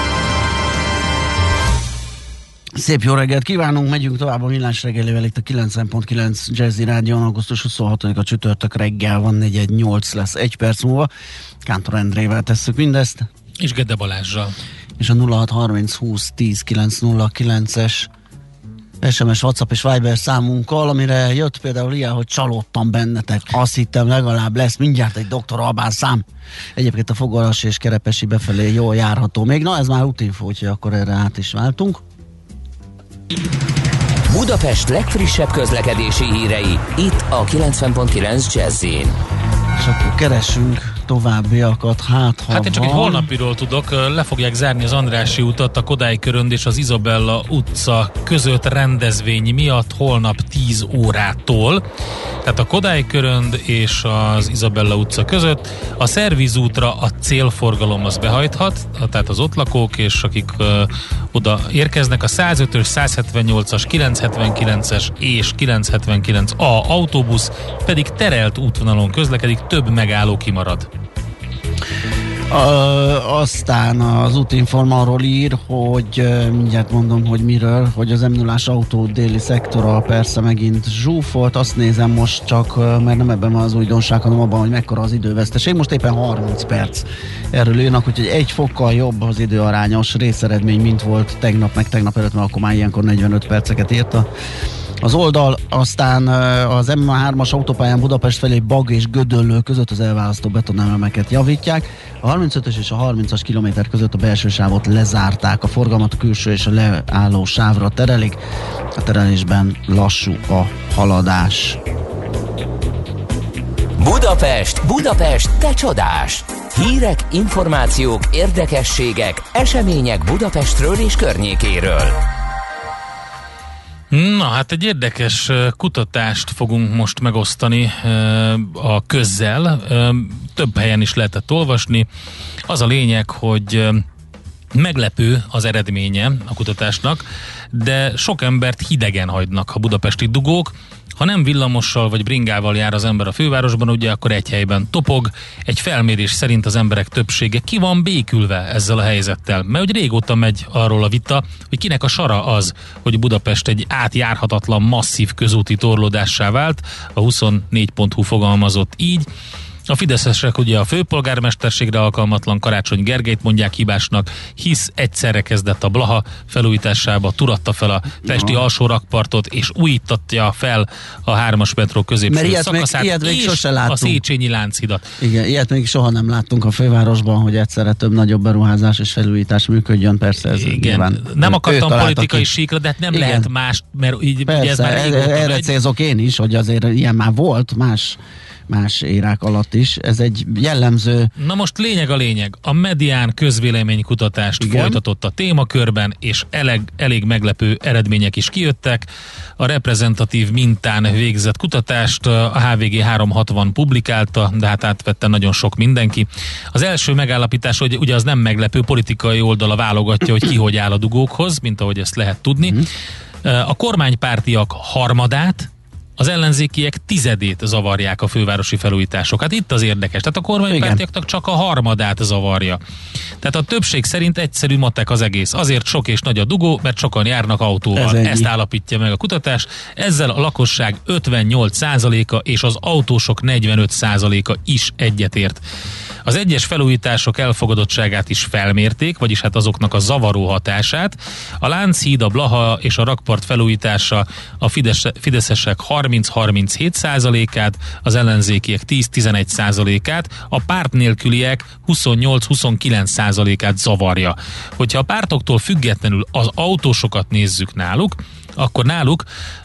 Szép jó reggelt kívánunk, megyünk tovább a Millás reggelivel itt a 90.9 Jazzy Rádión. Augusztus 26-a csütörtök reggel van, 418 lesz 1 perc múlva. Kántor Endrével tesszük mindezt. És Gede Balázsral. És a 0630 20 10 909-es SMS, WhatsApp és Viber számunkkal, amire jött például ilyen, hogy csalódtam bennetek. Azt hittem, legalább lesz mindjárt egy Dr. Albán szám. Egyébként a Fogaras és Kerepesi befelé jól járható még. Na, ez már útinfó, úgyhogy akkor erre át is váltunk. Budapest legfrissebb közlekedési hírei, itt a 90.9 Jazz-in. És akkor keresünk továbbiakat, hát én csak egy holnapiról tudok, le fogják zárni az Andrássy utat a Kodály körönd és az Izabella utca között rendezvény miatt holnap 10 órától. Tehát a Kodály körönd és az Izabella utca között. A Szervízútra a célforgalom az behajthat, tehát az ott lakók és akik oda érkeznek. A 105-ös, 178-as, 979-es és 979A autóbusz pedig terelt útvonalon közlekedik, több megálló kimarad. Aztán az Útinform arról ír, hogy mindjárt mondom, hogy miről, hogy az M0-ás autó déli szektora persze megint zsúfolt. Azt nézem most csak, mert nem ebben van az újdonság, hanem abban, hogy mekkora az időveszteség. Most éppen 30 perc erről írnak, úgyhogy 1 fokkal jobb az időarányos részeredmény, mint volt tegnap, meg tegnap előtt, mert akkor már ilyenkor 45 perceket írta az oldal. Aztán az M3-as autópályán Budapest felé Bag és Gödöllő között az elválasztó betonelemeket javítják. A 35-ös és a 30-as kilométer között a belső sávot lezárták, a forgalmat a külső és a leálló sávra terelik. A terelésben lassú a haladás. Budapest, Budapest, te csodás! Hírek, információk, érdekességek, események Budapestről és környékéről. Na, hát egy érdekes kutatást fogunk most megosztani a közzel. Több helyen is lehetett olvasni. Az a lényeg, hogy meglepő az eredménye a kutatásnak, de sok embert hidegen hagynak a budapesti dugók. Ha nem villamossal vagy bringával jár az ember a fővárosban, ugye akkor egy helyben topog. Egy felmérés szerint az emberek többsége ki van békülve ezzel a helyzettel. Mert hogy régóta megy arról a vita, hogy kinek a sara az, hogy Budapest egy átjárhatatlan masszív közúti torlódássá vált. A 24.hu fogalmazott így. A fideszesek ugye a főpolgármesterségre alkalmatlan Karácsony Gergelyt mondják hibásnak, hisz egyszerre kezdett a Blaha felújításába, turatta fel a pesti alsó rakpartot, és újítatja fel a 3-as metró középső szakaszát, és a Széchenyi Lánchidat. Igen, ilyet még soha nem láttunk a fővárosban, hogy egyszerre több nagyobb beruházás és felújítás működjön, persze ez nyilván. Nem akartam politikai síkra, de hát nem lehet más, mert így persze, ugye ez már erre célzok én is, hogy azért ilyen már volt más érák alatt is. Ez egy jellemző... Na most lényeg a lényeg. A Medián közvéleménykutatást folytatott a témakörben, és elég meglepő eredmények is kijöttek. A reprezentatív mintán végzett kutatást a HVG 360 publikálta, de hát átvette nagyon sok mindenki. Az első megállapítás, hogy ugye az nem meglepő, politikai oldala válogatja, hogy ki hogy áll a dugókhoz, mint ahogy ezt lehet tudni. A kormánypártiak harmadát, az ellenzékiek 10% zavarják a fővárosi felújítások. Hát itt az érdekes. Tehát a kormánypártiaknak csak a harmadát zavarja. Tehát a többség szerint egyszerű matek az egész. Azért sok és nagy a dugó, mert sokan járnak autóval. Ezt állapítja meg a kutatás. Ezzel a lakosság 58%-a és az autósok 45%-a is egyetért. Az egyes felújítások elfogadottságát is felmérték, vagyis hát azoknak a zavaró hatását. A Lánchíd, a Blaha és a rakpart felújítása a fideszesek 30-37%-át, az ellenzékiek 10-11%-át, a párt nélküliek 28-29%-át zavarja. Hogyha a pártoktól függetlenül az autósokat nézzük náluk, akkor náluk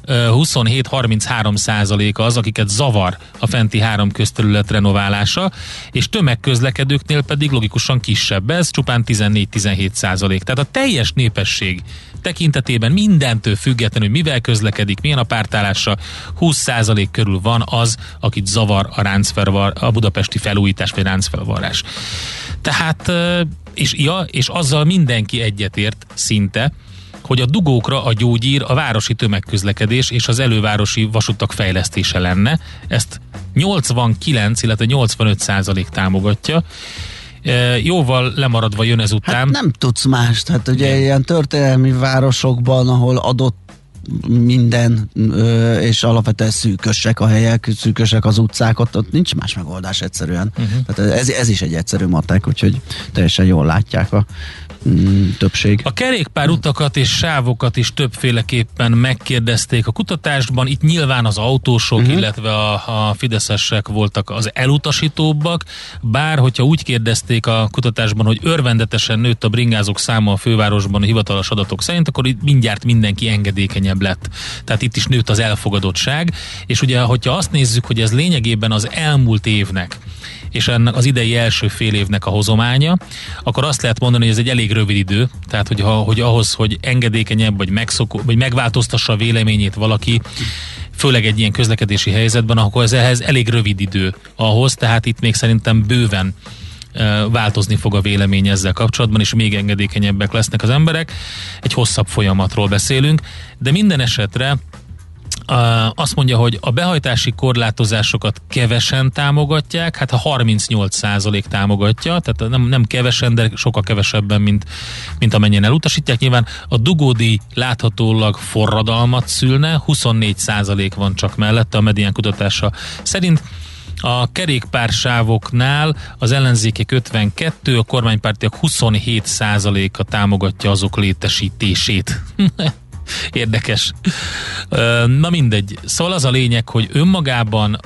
27-33% az, akiket zavar a fenti 3 közterület renoválása, és tömegközlekedőknél pedig logikusan kisebb ez, csupán 14-17%. Tehát a teljes népesség tekintetében mindentől függetlenül, mivel közlekedik, milyen a pártállása, 20% körül van az, akit zavar a budapesti felújítás vagy ráncfelvarrás. Tehát, és azzal mindenki egyetért szinte, hogy a dugókra a gyógyír a városi tömegközlekedés és az elővárosi vasutak fejlesztése lenne. Ezt 89, illetve 85% támogatja. Jóval lemaradva jön ezután. Hát nem tudsz mást. Hát ugye ilyen történelmi városokban, ahol adott minden, és alapvetően szűkösek a helyek, szűkösek az utcák, ott nincs más megoldás egyszerűen. Tehát ez is egy egyszerű matek, úgyhogy teljesen jól látják a többség. A kerékpárutakat és sávokat is többféleképpen megkérdezték a kutatásban. Itt nyilván az autósok, illetve a fideszesek voltak az elutasítóbbak, bár hogyha úgy kérdezték a kutatásban, hogy örvendetesen nőtt a bringázók száma a fővárosban a hivatalos adatok szerint, akkor itt mindjárt mindenki engedékenyebb lett. Tehát itt is nőtt az elfogadottság, és ugye, hogyha azt nézzük, hogy ez lényegében az elmúlt évnek és ennek az idei első fél évnek a hozománya, akkor azt lehet mondani, hogy ez egy elég rövid idő, tehát hogy ahhoz, hogy engedékenyebb, vagy megváltoztassa a véleményét valaki, főleg egy ilyen közlekedési helyzetben, akkor ez ehhez elég rövid idő ahhoz, tehát itt még szerintem bőven változni fog a vélemény ezzel kapcsolatban, és még engedékenyebbek lesznek az emberek. Egy hosszabb folyamatról beszélünk, de minden esetre azt mondja, hogy a behajtási korlátozásokat kevesen támogatják, hát a 38% támogatja, tehát nem kevesen, de sokkal kevesebben, mint amennyien elutasítják. Nyilván a dugódíj láthatólag forradalmat szülne, 24% van csak mellette a Medián kutatása szerint. A kerékpársávoknál az ellenzékek 52, a kormánypártiak 27%-a támogatja azok létesítését. Érdekes. Na mindegy. Szóval az a lényeg, hogy önmagában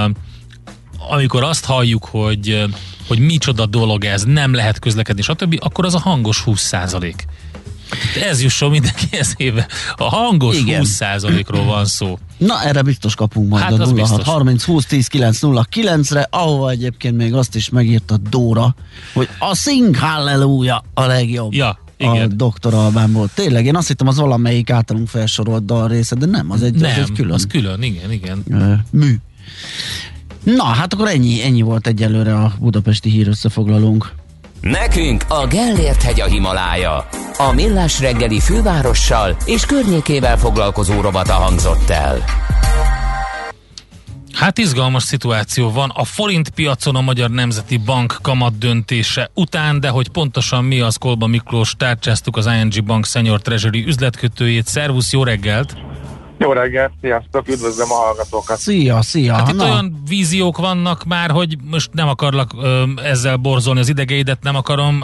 amikor azt halljuk, hogy micsoda dolog ez, nem lehet közlekedni, stb., akkor az a hangos 20%. Ez jusson mindenki eszébe. A hangos 20%-ról van szó. Na, erre biztos kapunk majd a 0630-20-10-909-re, ahova egyébként még azt is megírta Dóra, hogy a Sing Hallelujah a legjobb. Ja. Igen. A Dr. Albánból. Tényleg, én azt hittem az valamelyik általunk felsorolt dal része, de nem, az egy külön. Az külön, igen. Mű. Na, hát akkor ennyi volt egyelőre a budapesti hírösszefoglalónk. Nekünk a Gellért-hegy a Himalája. A Millás reggeli fővárossal és környékével foglalkozó rovata hangzott el. Hát izgalmas szituáció van a forint piacon a Magyar Nemzeti Bank kamat döntése után, de hogy pontosan mi az, Kolba Miklós, tárcsáztuk az ING Bank Senior Treasury üzletkötőjét. Szervusz, jó reggelt! Jó reggelt, sziasztok, üdvözlöm a hallgatókat. Szia. Hát itt olyan víziók vannak már, hogy most nem akarlak ezzel borzolni az idegeidet, nem akarom,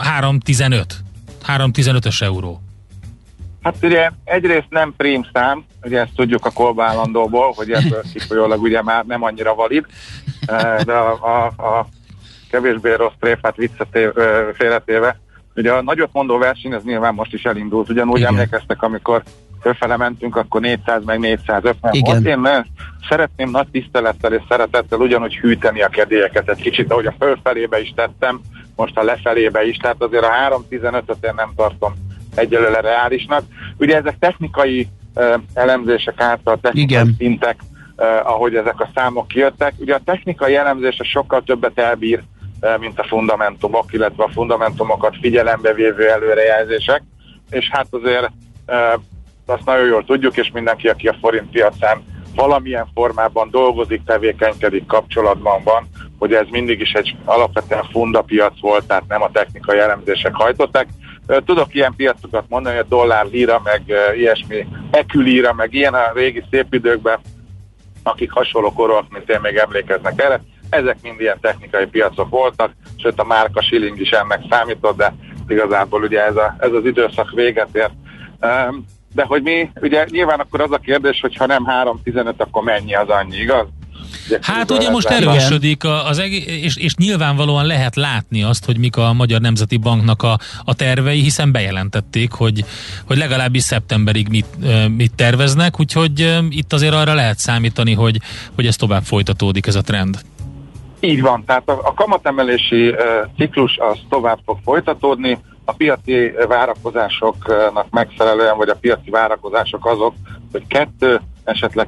3,15 euró. Hát ugye egyrészt nem prím szám, ugye ezt tudjuk a kolbállandóból, hogy ebből kifolyólag ugye már nem annyira valid, de a kevésbé rossz tréfát félretéve, ugye a nagyot mondó verseny, ez nyilván most is elindult, ugyanúgy igen. Emlékeztek, amikor fölfele mentünk, akkor 400 meg 450 volt. Én szeretném nagy tisztelettel és szeretettel ugyanúgy hűteni a kedélyeket egy kicsit, ahogy a fölfelébe is tettem, most a lefelébe is, tehát azért a 3.15-öt én nem tartom egyelőre reálisnak. Ugye ezek technikai elemzések által, technikai szintek, ahogy ezek a számok kijöttek. Ugye a technikai elemzése sokkal többet elbír, mint a fundamentumok, illetve a fundamentumokat figyelembe vévő előrejelzések, és hát azért azt nagyon jól tudjuk, és mindenki, aki a forint piacán valamilyen formában dolgozik, tevékenykedik, kapcsolatban van, hogy ez mindig is egy alapvetően fundapiac volt, tehát nem a technikai elemzések hajtották. Tudok ilyen piacokat mondani, hogy a dollár, lira, meg ilyesmi, ekülíra, meg ilyen a régi szép időkben, akik hasonló korúak, mint én, még emlékeznek erre. Ezek mind ilyen technikai piacok voltak, sőt a márka shilling is ennek számított, de igazából ugye ez az időszak véget ért. De hogy mi, ugye nyilván akkor az a kérdés, hogy ha nem 3.15, akkor mennyi az annyi, igaz? Hát ugye most erősödik és nyilvánvalóan lehet látni azt, hogy mik a Magyar Nemzeti Banknak a tervei, hiszen bejelentették, hogy legalábbis szeptemberig mit terveznek, úgyhogy itt azért arra lehet számítani, hogy ez tovább folytatódik, ez a trend. Így van, tehát a kamatemelési ciklus az tovább fog folytatódni, a piaci várakozásoknak megfelelően, vagy a piaci várakozások azok, hogy esetleg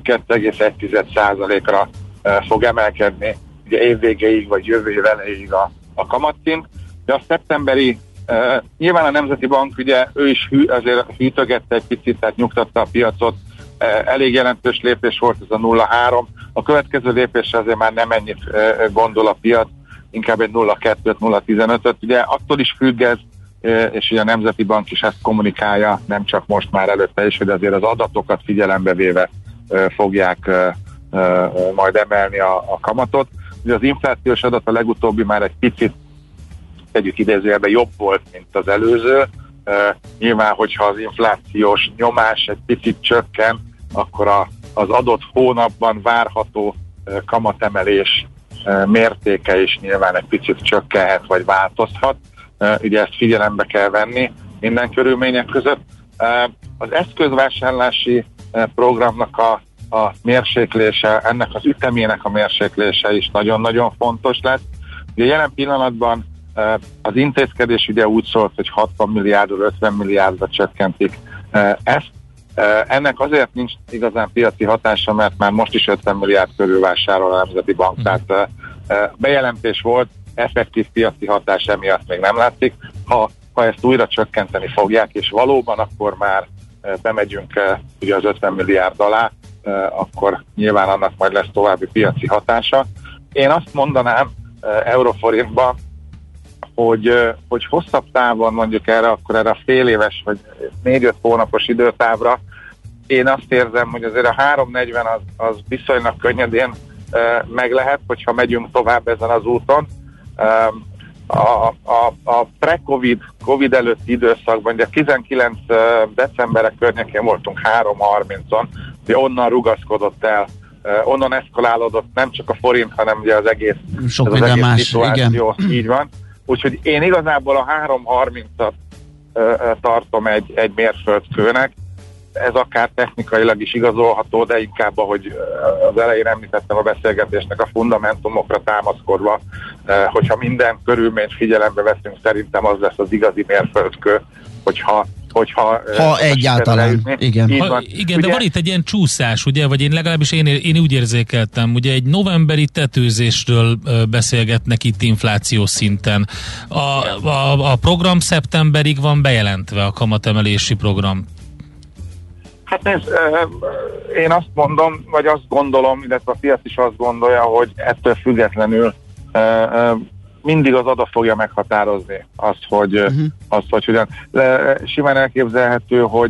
2,1%-ra fog emelkedni ugye évvégéig, vagy jövő év elejéig a kamatszint. De a szeptemberi, nyilván a Nemzeti Bank ugye ő is azért hűtögette egy picit, tehát nyugtatta a piacot, elég jelentős lépés volt ez a 0,3. A következő lépésre azért már nem ennyit gondol a piac, inkább egy 0,2-t, 0,15-öt. Ugye attól is függ ez, és ugye a Nemzeti Bank is ezt kommunikálja, nem csak most már előtte is, hogy azért az adatokat figyelembe véve fogják majd emelni a kamatot. Ugye az inflációs adat a legutóbbi már egy picit, tegyük idézőjelben, jobb volt, mint az előző. Nyilván, hogyha az inflációs nyomás egy picit csökken, akkor az adott hónapban várható kamatemelés mértéke is nyilván egy picit csökkenhet, vagy változhat. Ugye ezt figyelembe kell venni minden körülmények között. Az eszközvásárlási programnak a mérséklése, ennek az ütemének a mérséklése is nagyon-nagyon fontos lesz. Ugye jelen pillanatban az intézkedés ugye úgy szólt, hogy 60 milliárdról 50 milliárdra csökkentik ezt. Ennek azért nincs igazán piaci hatása, mert már most is 50 milliárd körül vásárol a Nemzeti Bank. Tehát bejelentés volt, effektív piaci hatás emiatt még nem látszik. Ha ezt újra csökkenteni fogják, és valóban akkor már bemegyünk ugye az 50 milliárd alá, akkor nyilván annak majd lesz további piaci hatása. Én azt mondanám euróforintban, hogy hosszabb távon mondjuk akkor erre a fél éves vagy 4-5 hónapos időtávra én azt érzem, hogy azért a 3.40 az viszonylag könnyedén meg lehet, hogyha megyünk tovább ezen az úton. A pre-Covid előtti időszakban, ugye 19 decemberek környékén voltunk 3.30-on, ugye onnan rugaszkodott el, onnan eszkalálódott nem csak a forint, hanem ugye az egész, sok minden más szituáció. Igen. Így van. Úgyhogy én igazából a 3.30-at tartom egy mérföldkőnek. Ez akár technikailag is igazolható, de inkább, ahogy az elején említettem a beszélgetésnek, a fundamentumokra támaszkodva, hogyha minden körülményt figyelembe veszünk, szerintem az lesz az igazi mérföldkő, hogyha egyáltalán, igen. Igen, ugye, de van itt egy ilyen csúszás, ugye, vagy én legalábbis én úgy érzékeltem, ugye egy novemberi tetőzésről beszélgetnek itt inflációs szinten. A program szeptemberig van bejelentve, a kamatemelési program. Hát én azt mondom, vagy azt gondolom, illetve a piac is azt gondolja, hogy ettől függetlenül mindig az adat fogja meghatározni azt, hogy hogyan. Simán elképzelhető,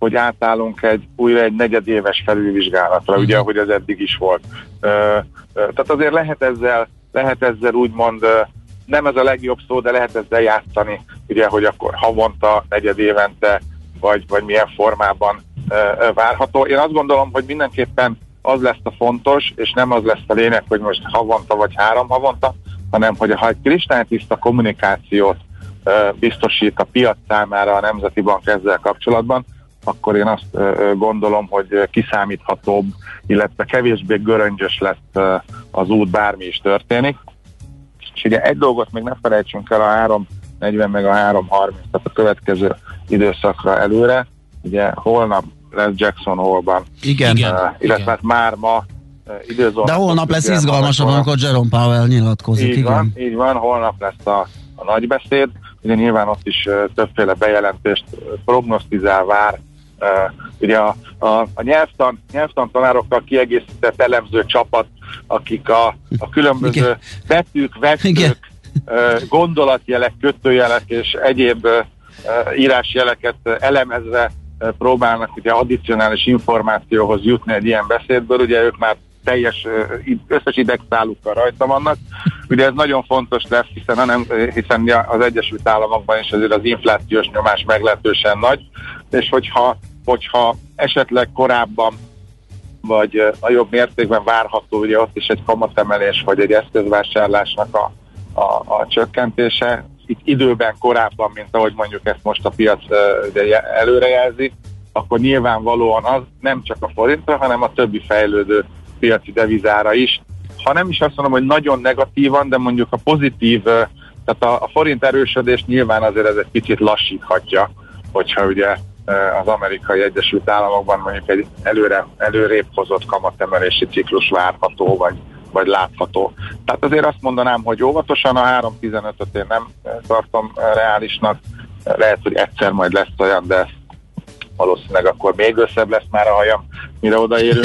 hogy átállunk újra egy negyedéves felülvizsgálatra, ugye, ahogy ez eddig is volt. Tehát azért lehet ezzel úgymond, nem ez a legjobb szó, de lehet ezzel játszani, ugye, hogy akkor havonta, negyedévente, vagy milyen formában várható. Én azt gondolom, hogy mindenképpen az lesz a fontos, és nem az lesz a lényeg, hogy most havonta vagy 3 havonta, hanem hogy ha egy kristálytiszta kommunikációt biztosít a piac számára a Nemzeti Bank ezzel kapcsolatban, akkor én azt gondolom, hogy kiszámíthatóbb, illetve kevésbé göröngyös lesz az út, bármi is történik. És ugye egy dolgot még ne felejtsünk el, a 3.40 meg a 3.30, tehát a következő időszakra előre. Ugye holnap lesz Jackson Hole-ban. Igen. Illetve hát már ma időzónak. De holnap lesz izgalmasabb, amikor Jerome Powell nyilatkozik. Így van, holnap lesz a nagybeszéd. Ugye nyilván ott is többféle bejelentést prognosztizál, vár. Ugye a nyelvtan tanárokkal kiegészített elemző csapat, akik a különböző betűk, vektők, gondolatjelek, kötőjelek és egyéb írásjeleket elemezve próbálnak ugye addicionális információhoz jutni egy ilyen beszédből, ugye ők már teljes összes idegszálukkal rajta vannak. Ugye ez nagyon fontos lesz, hiszen az Egyesült Államokban is azért az inflációs nyomás meglehetősen nagy, és hogyha esetleg korábban vagy a jobb mértékben várható, ugye ott is egy kamatemelés, vagy egy eszközvásárlásnak a csökkentése, itt időben korábban, mint ahogy mondjuk ezt most a piac előrejelzi, akkor nyilvánvalóan az nem csak a forintra, hanem a többi fejlődő piaci devizára is. Ha nem is azt mondom, hogy nagyon negatívan, de mondjuk a pozitív, tehát a forint erősödés nyilván azért ez egy picit lassíthatja, hogyha ugye az Amerikai Egyesült Államokban mondjuk egy előrébb hozott kamatemelési ciklus várható, vagy látható. Tehát azért azt mondanám, hogy óvatosan a 3.15-öt én nem tartom reálisnak. Lehet, hogy egyszer majd lesz olyan, de valószínűleg akkor még összebb lesz már a hajam, mire odaérünk.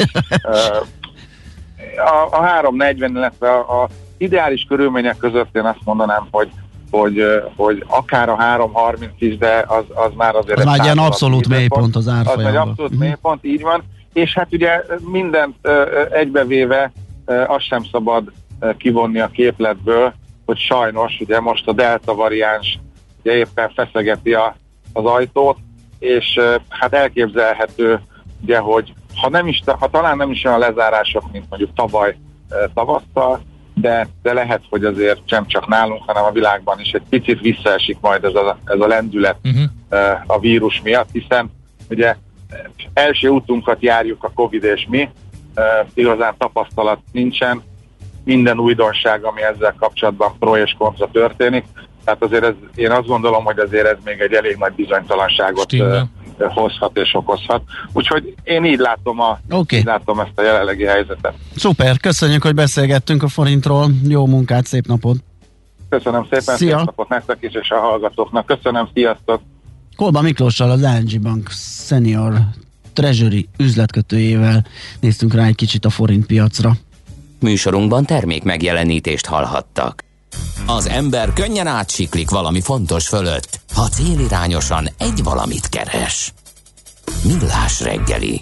A 3.40, illetve a ideális körülmények között én azt mondanám, hogy akár a 3.30 is, de az már azért... Az már egy ilyen abszolút mélypont az árfolyamban. Az egy abszolút mélypont, így van. És hát ugye mindent egybevéve azt sem szabad kivonni a képletből, hogy sajnos ugye most a delta variáns ugye éppen feszegeti az ajtót, és hát elképzelhető, ugye, hogy ha talán nem is olyan lezárások, mint mondjuk tavaly tavasszal, de lehet, hogy azért sem csak nálunk, hanem a világban is egy picit visszaesik majd ez a lendület a vírus miatt, hiszen ugye első útunkat járjuk a Covid és mi, igazán tapasztalat nincsen, minden újdonság, ami ezzel kapcsolatban pro és kontra történik, tehát azért én azt gondolom, hogy azért ez még egy elég nagy bizonytalanságot hozhat és okozhat. Úgyhogy én így látom, így látom ezt a jelenlegi helyzetet. Szuper, köszönjük, hogy beszélgettünk a forintról. Jó munkát, szép napot! Köszönöm szépen, szép napot nektek is és a hallgatóknak. Köszönöm, sziasztok! Kolba Miklóssal, az ING Bank Senior Treasury üzletkötőjével néztünk rá egy kicsit a forint piacra. Műsorunkban termék megjelenítést hallhattak. Az ember könnyen átsiklik valami fontos fölött, ha célirányosan egy valamit keres. Millás reggeli.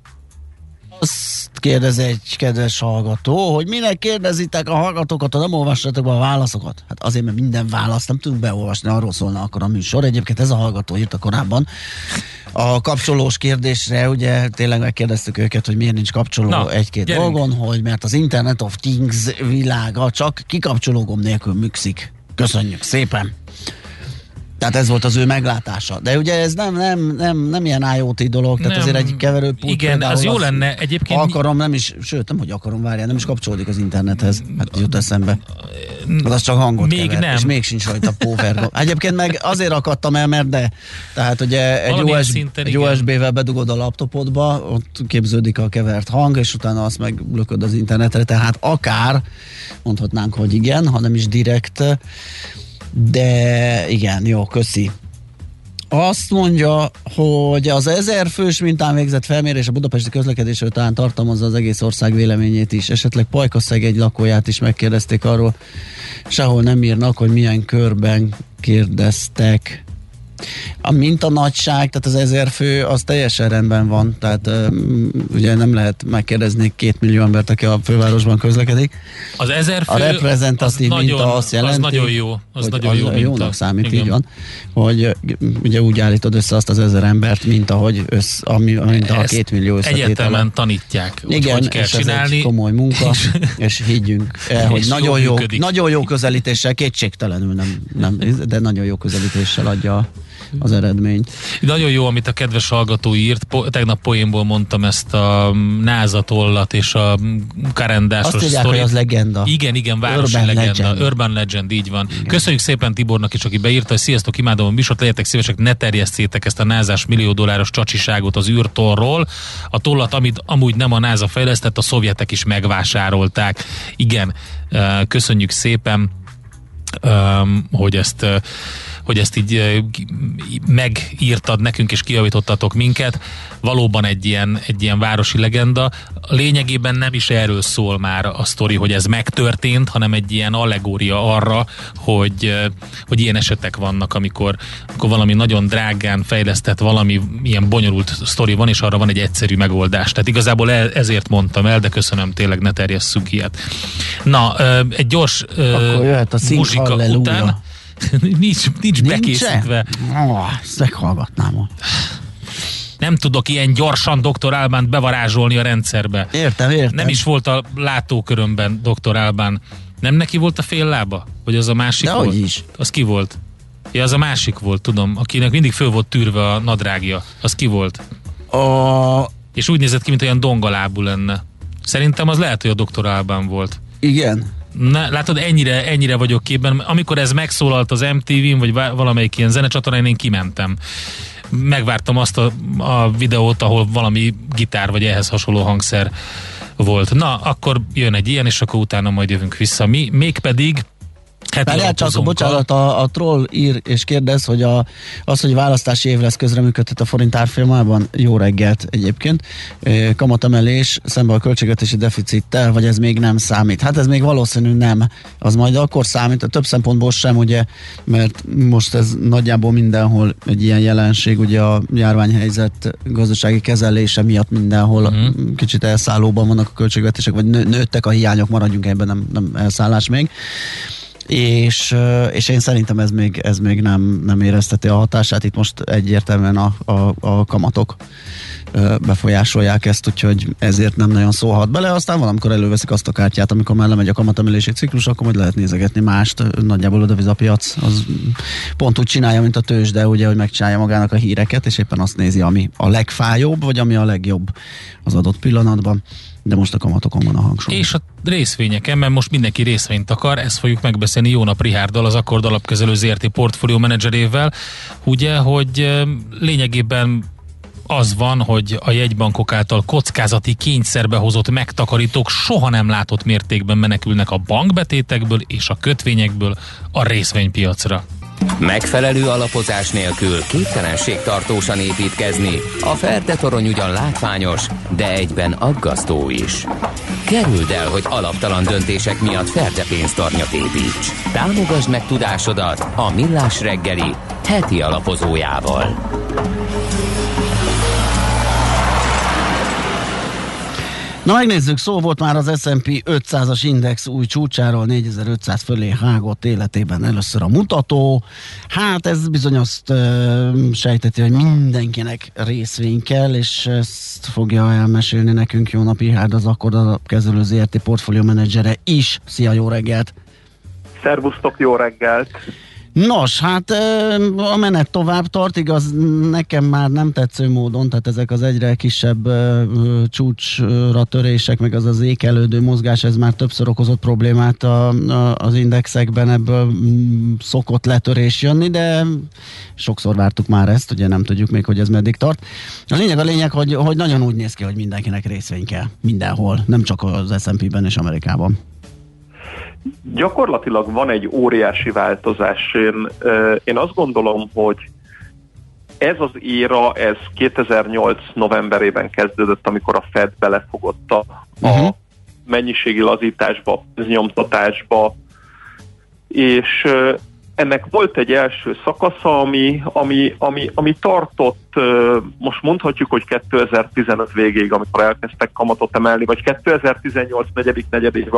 Azt kérdez egy kedves hallgató, hogy minek kérdezitek a hallgatókat, ha nem olvassatok be a válaszokat? Hát azért, mert minden választ nem tudunk beolvasni, arról szólna akkor a műsor. Egyébként ez a hallgató írta korábban a kapcsolós kérdésre, ugye tényleg megkérdeztük őket, hogy miért nincs kapcsoló egy-két dolgon, hogy mert az Internet of Things világa csak kikapcsoló gomb nélkül működik. Köszönjük szépen! Tehát ez volt az ő meglátása. De ugye ez nem ilyen IoT dolog, tehát azért egy keverőpult. Igen, az jó lenne egyébként. Akarom, nem is, sőt, nem, hogy akarom, várjál, nem is kapcsolódik az internethez. Hát jut eszembe. Az csak hangot még kever, nem. És még sincs rajta póver. Egyébként meg azért akadtam el, mert tehát ugye egy USB-vel bedugod a laptopodba, ott képződik a kevert hang, és utána azt meg lököd az internetre, tehát akár mondhatnánk, hogy igen, ha nem is direkt. De igen, jó, köszi. Azt mondja, hogy az 1000 fős mintán végzett felmérés a budapesti közlekedésről talán tartalmazza az egész ország véleményét is. Esetleg Pajkaszegegy lakóját is megkérdezték arról. Sehol nem írnak, hogy milyen körben kérdeztek. A mintanagyság, tehát az 1000 fő, az teljesen rendben van, tehát ugye nem lehet megkérdezni 2 millió embert, aki a fővárosban közlekedik. Az 1000 fő, a reprezentatív az minta nagyon, azt jelenti, az nagyon jó, az nagyon jó minta. Jónak számít, igen. így van, hogy ugye úgy állítod össze azt az 1000 embert, mint ahogy mint a 2 millió összetétele. Egyetemen tanítják, igen, hogy kell és csinálni. Ez egy komoly munka, és higgyünk el, hogy nagyon jó közelítéssel, kétségtelenül nem, de nagyon jó közelítéssel adja az eredményt. Nagyon jó, amit a kedves hallgató írt. Tegnap poénból mondtam ezt a názatollat és a karendásos azt tudják, hogy az legenda. Igen, városi legenda. Urban Legend, így van. Igen. Köszönjük szépen Tibornak is, aki beírta, hogy sziasztok, imádom a műsort, legyetek szívesek, ne terjesszétek ezt a názás millió dolláros csacsiságot az űrtollról. A tollat, amit amúgy nem a NASA fejlesztett, a szovjetek is megvásárolták. Igen, köszönjük szépen, hogy ezt így megírtad nekünk és kijavítottatok minket. Valóban egy ilyen városi legenda. Lényegében nem is erről szól már a sztori, hogy ez megtörtént, hanem egy ilyen allegória arra, hogy ilyen esetek vannak, amikor valami nagyon drágán fejlesztett, valami ilyen bonyolult sztori van, és arra van egy egyszerű megoldás. Tehát igazából ezért mondtam el, de köszönöm, tényleg ne terjesszünk ilyet. Na, egy gyors akkor jöhet a muzsika után. Nincs bekészítve. Ezt meghallgatnám. Nem tudok ilyen gyorsan Dr. Albánt bevarázsolni a rendszerbe. Értem. Nem is volt a látókörömben Dr. Albán. Nem neki volt a fél lába? Vagy az a másik de volt? Is. Az ki volt? Ja, az a másik volt, tudom. Akinek mindig föl volt tűrve a nadrágja. Az ki volt? És úgy nézett ki, mint olyan dongalábú lenne. Szerintem az lehet, hogy a Dr. Albán volt. Igen. Na, látod, ennyire vagyok képben. Amikor ez megszólalt az MTV-n, vagy valamelyik ilyen zenecsatornán, én kimentem. Megvártam azt a videót, ahol valami gitár, vagy ehhez hasonló hangszer volt. Na, akkor jön egy ilyen, és akkor utána majd jövünk vissza. Mi mégpedig Várjál csak, bocsánat, a troll ír és kérdez, hogy az, hogy választási év lesz, közreműködhet a forint árfolyamában. Jó reggelt egyébként. Kamatemelés szemben a költségvetési deficittel, vagy ez még nem számít? Hát ez még valószínű nem. Az majd akkor számít, a több szempontból sem, ugye, mert most ez nagyjából mindenhol egy ilyen jelenség, ugye a járványhelyzet gazdasági kezelése miatt mindenhol kicsit elszállóban vannak a költségvetések, vagy nőttek a hiányok, maradjunk ebben, nem elszállás még. És én szerintem ez még nem érezteti a hatását. Itt most egyértelműen a kamatok befolyásolják ezt, úgyhogy ezért nem nagyon szólhat bele. Aztán valamikor előveszik azt a kártyát, amikor már lemegy a kamatemelési ciklus, akkor majd lehet nézegetni mást. Nagyjából a devizapiac az pont úgy csinálja, mint a tőzsde, ugye, hogy megcsinálja magának a híreket, és éppen azt nézi, ami a legfájóbb, vagy ami a legjobb az adott pillanatban. De most a kamatokon van a hangsúly. És a részvényeken, mert most mindenki részvényt akar, ezt fogjuk megbeszélni Jónap Richárddal, az Akkord alapkezelő ZRT portfólió menedzserével, ugye, hogy lényegében az van, hogy a jegybankok által kockázati kényszerbe hozott megtakarítók soha nem látott mértékben menekülnek a bankbetétekből és a kötvényekből a részvénypiacra. Megfelelő alapozás nélkül képtelenség tartósan építkezni. A Ferde torony ugyan látványos, de egyben aggasztó is. Kerüld el, hogy alaptalan döntések miatt Ferde pénztarnyat építs. Támogasd meg tudásodat a Millás reggeli heti alapozójával. Na megnézzük, szó volt már az S&P 500-as index új csúcsáról, 4500 fölé hágott életében először a mutató. Hát ez bizony azt sejteti, hogy mindenkinek részvény kell, és ezt fogja elmesélni nekünk Jónap Richárd, az Akkord alapkezelő ZRT portfólió menedzsere is. Szia, jó reggelt! Szervusztok, jó reggelt! Nos, hát a menet tovább tart, igaz, nekem már nem tetsző módon, tehát ezek az egyre kisebb csúcsra törések, meg az ékelődő mozgás, ez már többször okozott problémát az indexekben, ebből szokott letörés jönni, de sokszor vártuk már ezt, ugye nem tudjuk még, hogy ez meddig tart. A lényeg, hogy nagyon úgy néz ki, hogy mindenkinek részvény kell, mindenhol, nem csak az S&P-ben és Amerikában. Gyakorlatilag van egy óriási változás. Én azt gondolom, hogy ez az éra, ez 2008 novemberében kezdődött, amikor a Fed belefogott a mennyiségi lazításba, a nyomtatásba, és ennek volt egy első szakasza, ami tartott, most mondhatjuk, hogy 2015 végéig, amikor elkezdtek kamatot emelni, vagy 2018 negyedik negyedéve,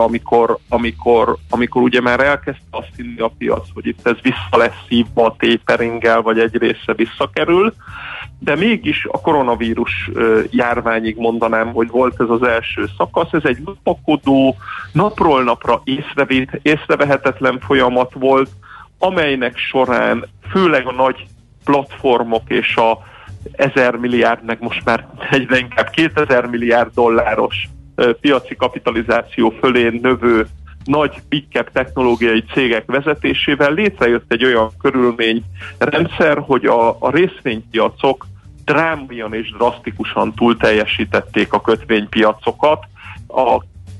amikor ugye már elkezdte azt hinni a piac, hogy itt ez vissza lesz szívva a taperinggel, vagy egy része visszakerül, de mégis a koronavírus járványig mondanám, hogy volt ez az első szakasz, ez egy lopakodó, napról napra észrevehetetlen folyamat volt, amelynek során főleg a nagy platformok és a 1000 milliárd, meg most már egyre inkább 2000 milliárd dolláros piaci kapitalizáció fölé növő nagy big cap technológiai cégek vezetésével létrejött egy olyan körülményrendszer, hogy a részvénypiacok drámaian és drasztikusan túlteljesítették a kötvénypiacokat. A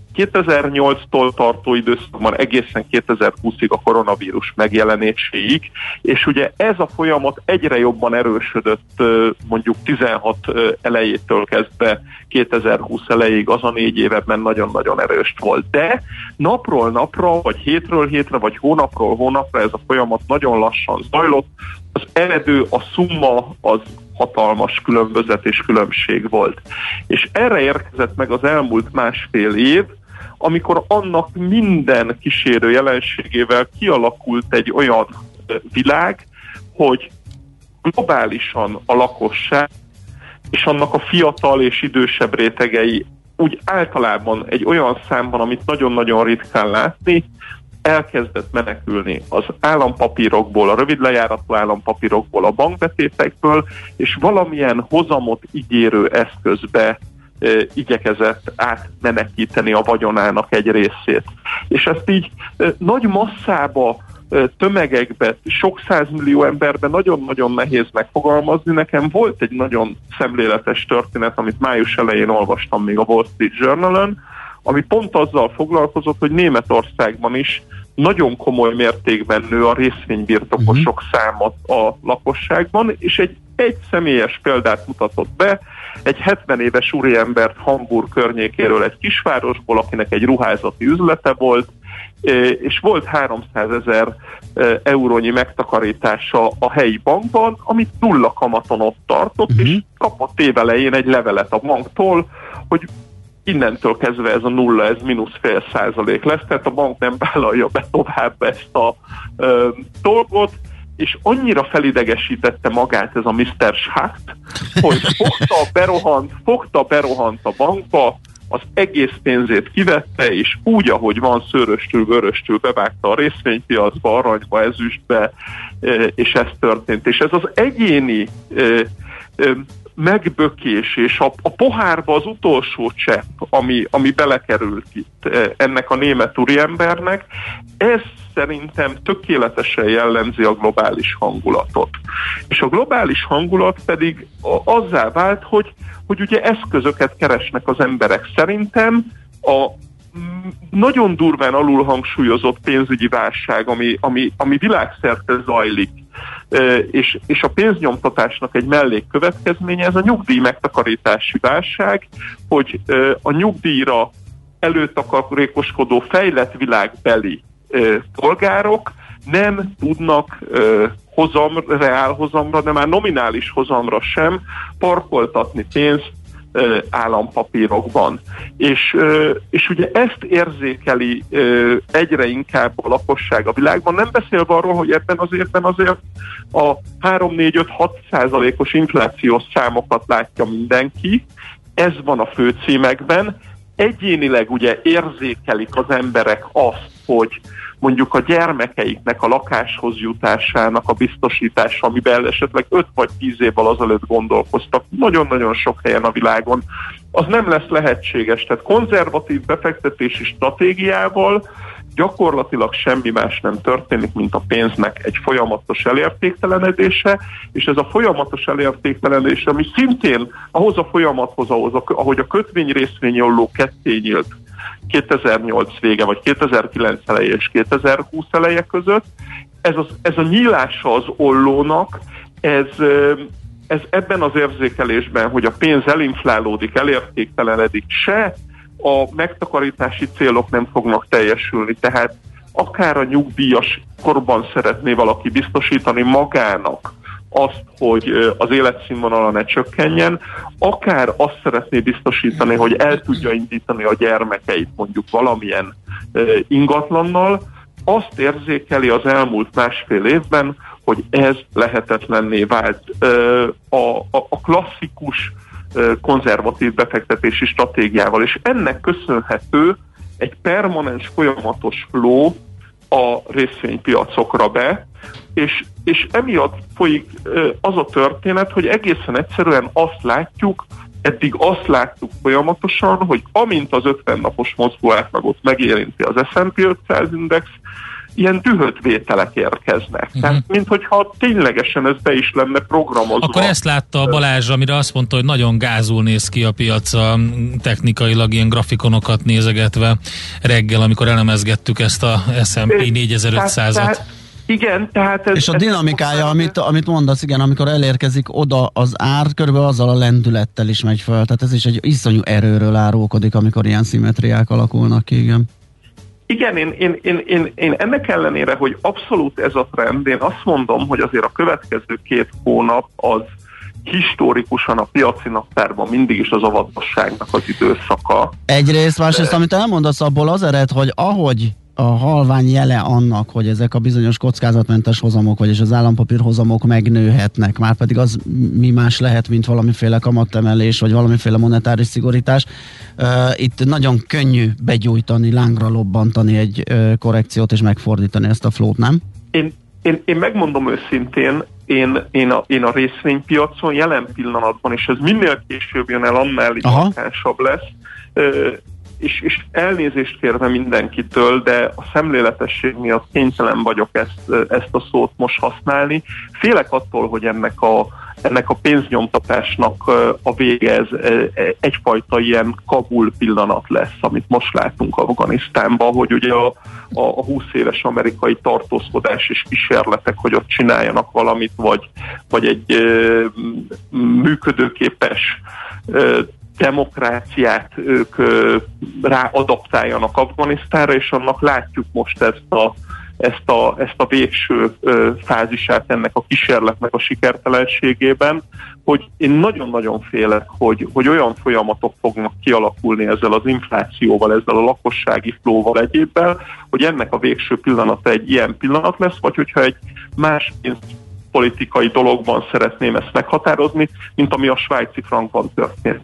2008-tól tartó időszakban egészen 2020-ig a koronavírus megjelenéséig, és ugye ez a folyamat egyre jobban erősödött mondjuk 16 elejétől kezdve 2020 elejéig, az a 4 évben nagyon-nagyon erős volt. De napról napra, vagy hétről hétre, vagy hónapról hónapra ez a folyamat nagyon lassan zajlott. Az eredő, a szumma az hatalmas különbözet és különbség volt. És erre érkezett meg az elmúlt másfél év, amikor annak minden kísérő jelenségével kialakult egy olyan világ, hogy globálisan a lakosság és annak a fiatal és idősebb rétegei úgy általában egy olyan számban, amit nagyon-nagyon ritkán látni, elkezdett menekülni az állampapírokból, a rövid lejáratú állampapírokból, a bankbetétekből, és valamilyen hozamot ígérő eszközbe igyekezett átmenekíteni a vagyonának egy részét. És ezt így nagy masszába, tömegekbe, sok százmillió emberben nagyon-nagyon nehéz megfogalmazni. Nekem volt egy nagyon szemléletes történet, amit május elején olvastam még a Wall Street Journal-ön, ami pont azzal foglalkozott, hogy Németországban is nagyon komoly mértékben nő a részvénybirtokosok száma a lakosságban, és egy személyes példát mutatott be, egy 70 éves úriembert Hamburg környékéről, egy kisvárosból, akinek egy ruházati üzlete volt, és volt 300 000 eurónyi megtakarítása a helyi bankban, amit nulla kamaton ott tartott, és kapott évelején egy levelet a banktól, hogy innentől kezdve ez a nulla, ez -0,5% lesz, tehát a bank nem vállalja be tovább ezt a dolgot, és annyira felidegesítette magát ez a Mr. Schacht, hogy fogta, berohant a bankba, az egész pénzét kivette, és úgy, ahogy van, szőröstül, vöröstül bevágta a részvénypiacba, aranyba, ezüstbe, és ez történt. És ez az egyéni megbökés, és a pohárba az utolsó csepp, ami belekerült itt ennek a német úriembernek, ez szerintem tökéletesen jellemzi a globális hangulatot. És a globális hangulat pedig azzá vált, hogy ugye eszközöket keresnek az emberek. Szerintem a nagyon durván alulhangsúlyozott pénzügyi válság, ami világszerte zajlik, és a pénznyomtatásnak egy mellékkövetkezménye, ez a nyugdíj megtakarítási válság, hogy a nyugdíjra előtakarékoskodó fejlett világbeli polgárok nem tudnak reálhozamra, de már nominális hozamra sem parkoltatni pénzt állampapírokban. És ugye ezt érzékeli egyre inkább a lakosság a világban, nem beszélve arról, hogy ebben az évben azért a 3-4-5-6%-os inflációs számokat látja mindenki, ez van a főcímekben. Egyénileg ugye érzékelik az emberek azt, hogy mondjuk a gyermekeiknek a lakáshoz jutásának a biztosítása, amiben esetleg 5 vagy 10 évvel azelőtt gondolkoztak nagyon-nagyon sok helyen a világon, az nem lesz lehetséges. Tehát konzervatív befektetési stratégiával gyakorlatilag semmi más nem történik, mint a pénznek egy folyamatos elértéktelenedése, és ez a folyamatos elértéktelenedés, ami szintén ahhoz a folyamathoz, ahogy a kötvényrészvényi olló ketté nyílt 2008 vége, vagy 2009 eleje és 2020 eleje között, ez a nyílása az ollónak, ez ebben az érzékelésben, hogy a pénz elinflálódik, elértéktelenedik, se a megtakarítási célok nem fognak teljesülni. Tehát akár a nyugdíjas korban szeretné valaki biztosítani magának azt, hogy az életszínvonala ne csökkenjen, akár azt szeretné biztosítani, hogy el tudja indítani a gyermekeit mondjuk valamilyen ingatlannal, azt érzékeli az elmúlt másfél évben, hogy ez lehetetlenné vált. A klasszikus konzervatív befektetési stratégiával, és ennek köszönhető egy permanens, folyamatos flow a részvénypiacokra be, és emiatt folyik az a történet, hogy egészen egyszerűen azt látjuk, eddig azt láttuk folyamatosan, hogy amint az 50 napos mozgóátlagot megérinti az S&P 500 index, ilyen dühött vételek érkeznek. Tehát, minthogyha ténylegesen ez be is lenne programozva. Akkor ezt látta a Balázs, amire azt mondta, hogy nagyon gázul néz ki a piaca, technikailag ilyen grafikonokat nézegetve reggel, amikor elemezgettük ezt a S&P 4500-at. Igen, tehát és a dinamikája, amit mondasz, igen, amikor elérkezik oda az ár, körülbelül azzal a lendülettel is megy föl. Tehát ez is egy iszonyú erőről árulkodik, amikor ilyen szimmetriák alakulnak ki, igen. Igen, én ennek ellenére, hogy abszolút ez a trend, én azt mondom, hogy azért a következő 2 hónap az historikusan a piaci naptárban mindig is az óvatosságnak az időszaka. Egyrészt, másrészt, amit elmondasz, abból az ered, hogy ahogy a halvány jele annak, hogy ezek a bizonyos kockázatmentes hozamok, vagyis az állampapír hozamok megnőhetnek, már pedig az mi más lehet, mint valamiféle kamatemelés, vagy valamiféle monetáris szigorítás. Itt nagyon könnyű begyújtani, lángra lobbantani egy korrekciót, és megfordítani ezt a flót, nem? Én megmondom őszintén, én a részvénypiacon jelen pillanatban, és ez minél később jön el, annál markánsabb lesz, és elnézést kérve mindenkitől, de a szemléletesség miatt kénytelen vagyok ezt a szót most használni. Félek attól, hogy ennek a pénznyomtatásnak a vége ez egyfajta ilyen Kabul pillanat lesz, amit most látunk Afganisztánban, hogy ugye a 20 éves amerikai tartózkodás és kísérletek, hogy ott csináljanak valamit, vagy egy működőképes demokráciát ők ráadaptáljanak Afganisztánra, és annak látjuk most ezt a végső fázisát ennek a kísérletnek a sikertelenségében, hogy én nagyon-nagyon félek, hogy olyan folyamatok fognak kialakulni ezzel az inflációval, ezzel a lakossági flóval egyébben, hogy ennek a végső pillanata egy ilyen pillanat lesz, vagy hogyha egy más politikai dologban szeretném ezt meghatározni, mint ami a svájci frankban történt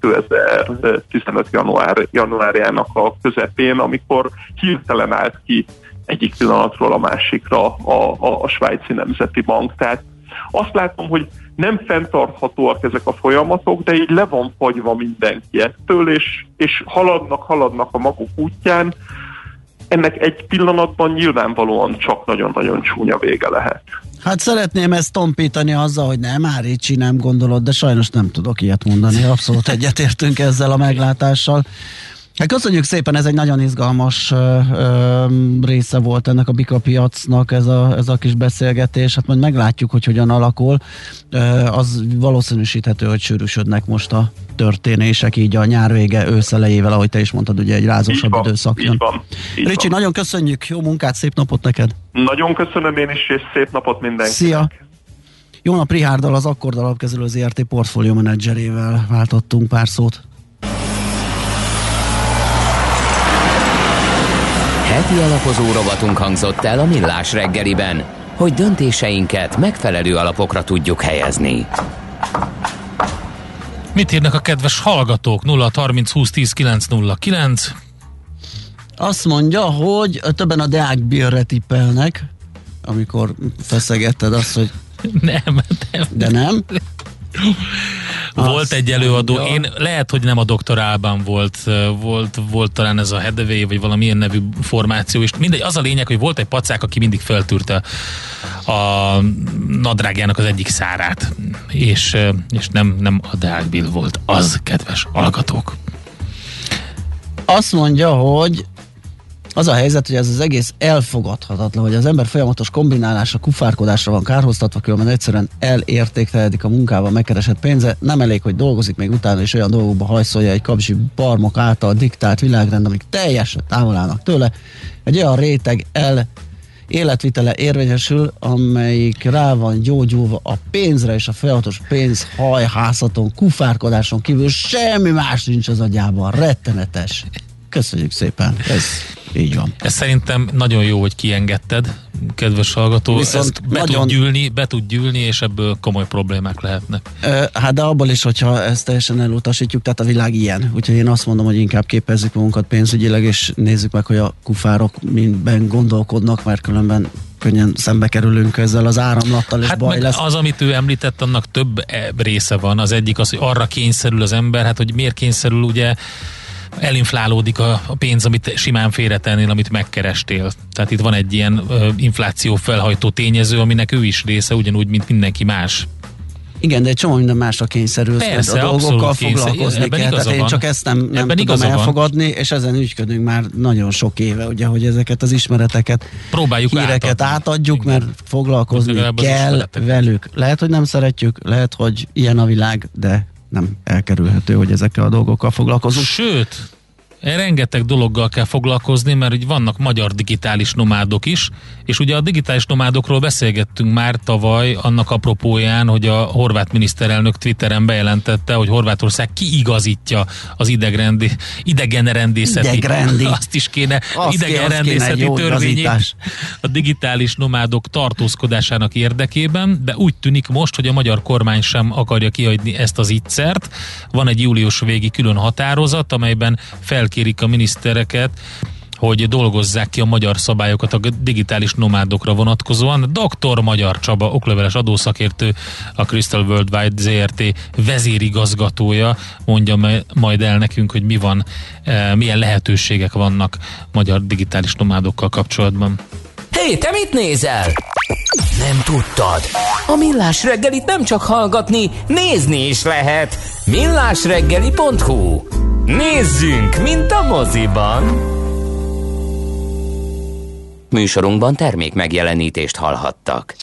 2015 januárjának a közepén, amikor hirtelen állt ki egyik pillanatról a másikra a Svájci Nemzeti Bank. Tehát azt látom, hogy nem fenntarthatóak ezek a folyamatok, de így le van fagyva mindenki ettől, és haladnak a maguk útján. Ennek egy pillanatban nyilvánvalóan csak nagyon-nagyon csúnya vége lehet. Hát szeretném ezt tompítani azzal, hogy nem, Ricsi, nem gondolod, de sajnos nem tudok ilyet mondani. Abszolút egyetértünk ezzel a meglátással. Hát köszönjük szépen, ez egy nagyon izgalmas része volt ennek a Bika piacnak, ez a kis beszélgetés. Hát majd meglátjuk, hogy hogyan alakul. Az valószínűsíthető, hogy sűrűsödnek most a történések, így a nyár vége, ősz elejével, ahogy te is mondtad, ugye egy rázósabb időszak jön. Ricsi, nagyon köszönjük, jó munkát, szép napot neked! Nagyon köszönöm én is, és szép napot mindenkinek! Szia! Jó nap, Rihárdal, az Akkord Alapkezelő ZRT portfólió menedzserével váltottunk pár szót. Heti alapozó rovatunk hangzott el a Millás reggeliben, hogy döntéseinket megfelelő alapokra tudjuk helyezni. Mit írnak a kedves hallgatók? 0-30-20-10-9-09. Azt mondja, hogy többen a Deák Bierre tippelnek, amikor feszegetted azt, hogy nem. De nem? Volt egy előadó, lehet, hogy nem a Dr. Alban volt talán ez a Hedeway, vagy valamilyen nevű formáció, és mindegy, az a lényeg, hogy volt egy pacák, aki mindig feltűrte a nadrágjának az egyik szárát, és nem a Deák Bill volt az, kedves hallgatók. Azt mondja, hogy Az a helyzet, hogy ez az egész elfogadhatatlan, hogy az ember folyamatos kombinálása, kufárkodásra van kárhoztatva, különben egyszerűen elértéktelenik a munkával megkeresett pénze. Nem elég, hogy dolgozik még utána, és olyan dolgokba hajszolja egy kapzsi barmok által diktált világrend, amik teljesen távol állnak tőle. Egy olyan réteg életvitele érvényesül, amelyik rá van gyógyulva a pénzre, és a folyamatos pénzhajhászaton, kufárkodáson kívül semmi más nincs az agyában. Rettenetes. Köszönjük szépen. Ez így van. Ez szerintem nagyon jó, hogy kiengedted, kedves hallgató. Viszont ezt nagyon... be tud gyűlni, és ebből komoly problémák lehetnek. Hát de abból is, hogyha ezt teljesen elutasítjuk, tehát a világ ilyen. Úgyhogy én azt mondom, hogy inkább képezzük magunkat pénzügyileg, és nézzük meg, hogy a kufárok mindben gondolkodnak, mert különben könnyen szembe kerülünk ezzel az áramlattal, és hát baj lesz. Az, amit ő említett, annak több része van. Az egyik az, hogy arra kényszerül az ember, hát hogy miért kényszerül, ugye elinflálódik a pénz, amit simán félretennél, amit megkerestél. Tehát itt van egy ilyen infláció felhajtó tényező, aminek ő is része, ugyanúgy, mint mindenki más. Igen, de egy csomó minden másra kényszerülsz, persze, a dolgokkal foglalkozni kell. Tehát én csak ezt nem tudom elfogadni, és ezen ügyködünk már nagyon sok éve, ugye, hogy ezeket az ismereteket, próbáljuk híreket átadjuk, mert foglalkozni kell velük. Lehet, hogy nem szeretjük, lehet, hogy ilyen a világ, de nem elkerülhető, hogy ezekkel a dolgokkal foglalkozunk. Sőt, rengeteg dologgal kell foglalkozni, mert így vannak magyar digitális nomádok is, és ugye a digitális nomádokról beszélgettünk már tavaly annak apropóján, hogy a horvát miniszterelnök Twitteren bejelentette, hogy Horvátország kiigazítja az idegenrendészeti azt is kéne, idegenrendészeti törvényét a digitális nomádok tartózkodásának érdekében, de úgy tűnik most, hogy a magyar kormány sem akarja kihagyni ezt az ígyszert. Van egy július végi külön határozat, amelyben felkérik a minisztereket, hogy dolgozzák ki a magyar szabályokat a digitális nomádokra vonatkozóan. Dr. Magyar Csaba, okleveles adószakértő, a Crystal Worldwide ZRT vezérigazgatója mondja majd el nekünk, hogy mi van, milyen lehetőségek vannak magyar digitális nomádokkal kapcsolatban. Hé, te mit nézel? Nem tudtad? A Millás reggelit nem csak hallgatni, nézni is lehet. millásreggeli.hu. Nézzünk, mint a moziban! Műsorunkban termék megjelenítést hallhattak.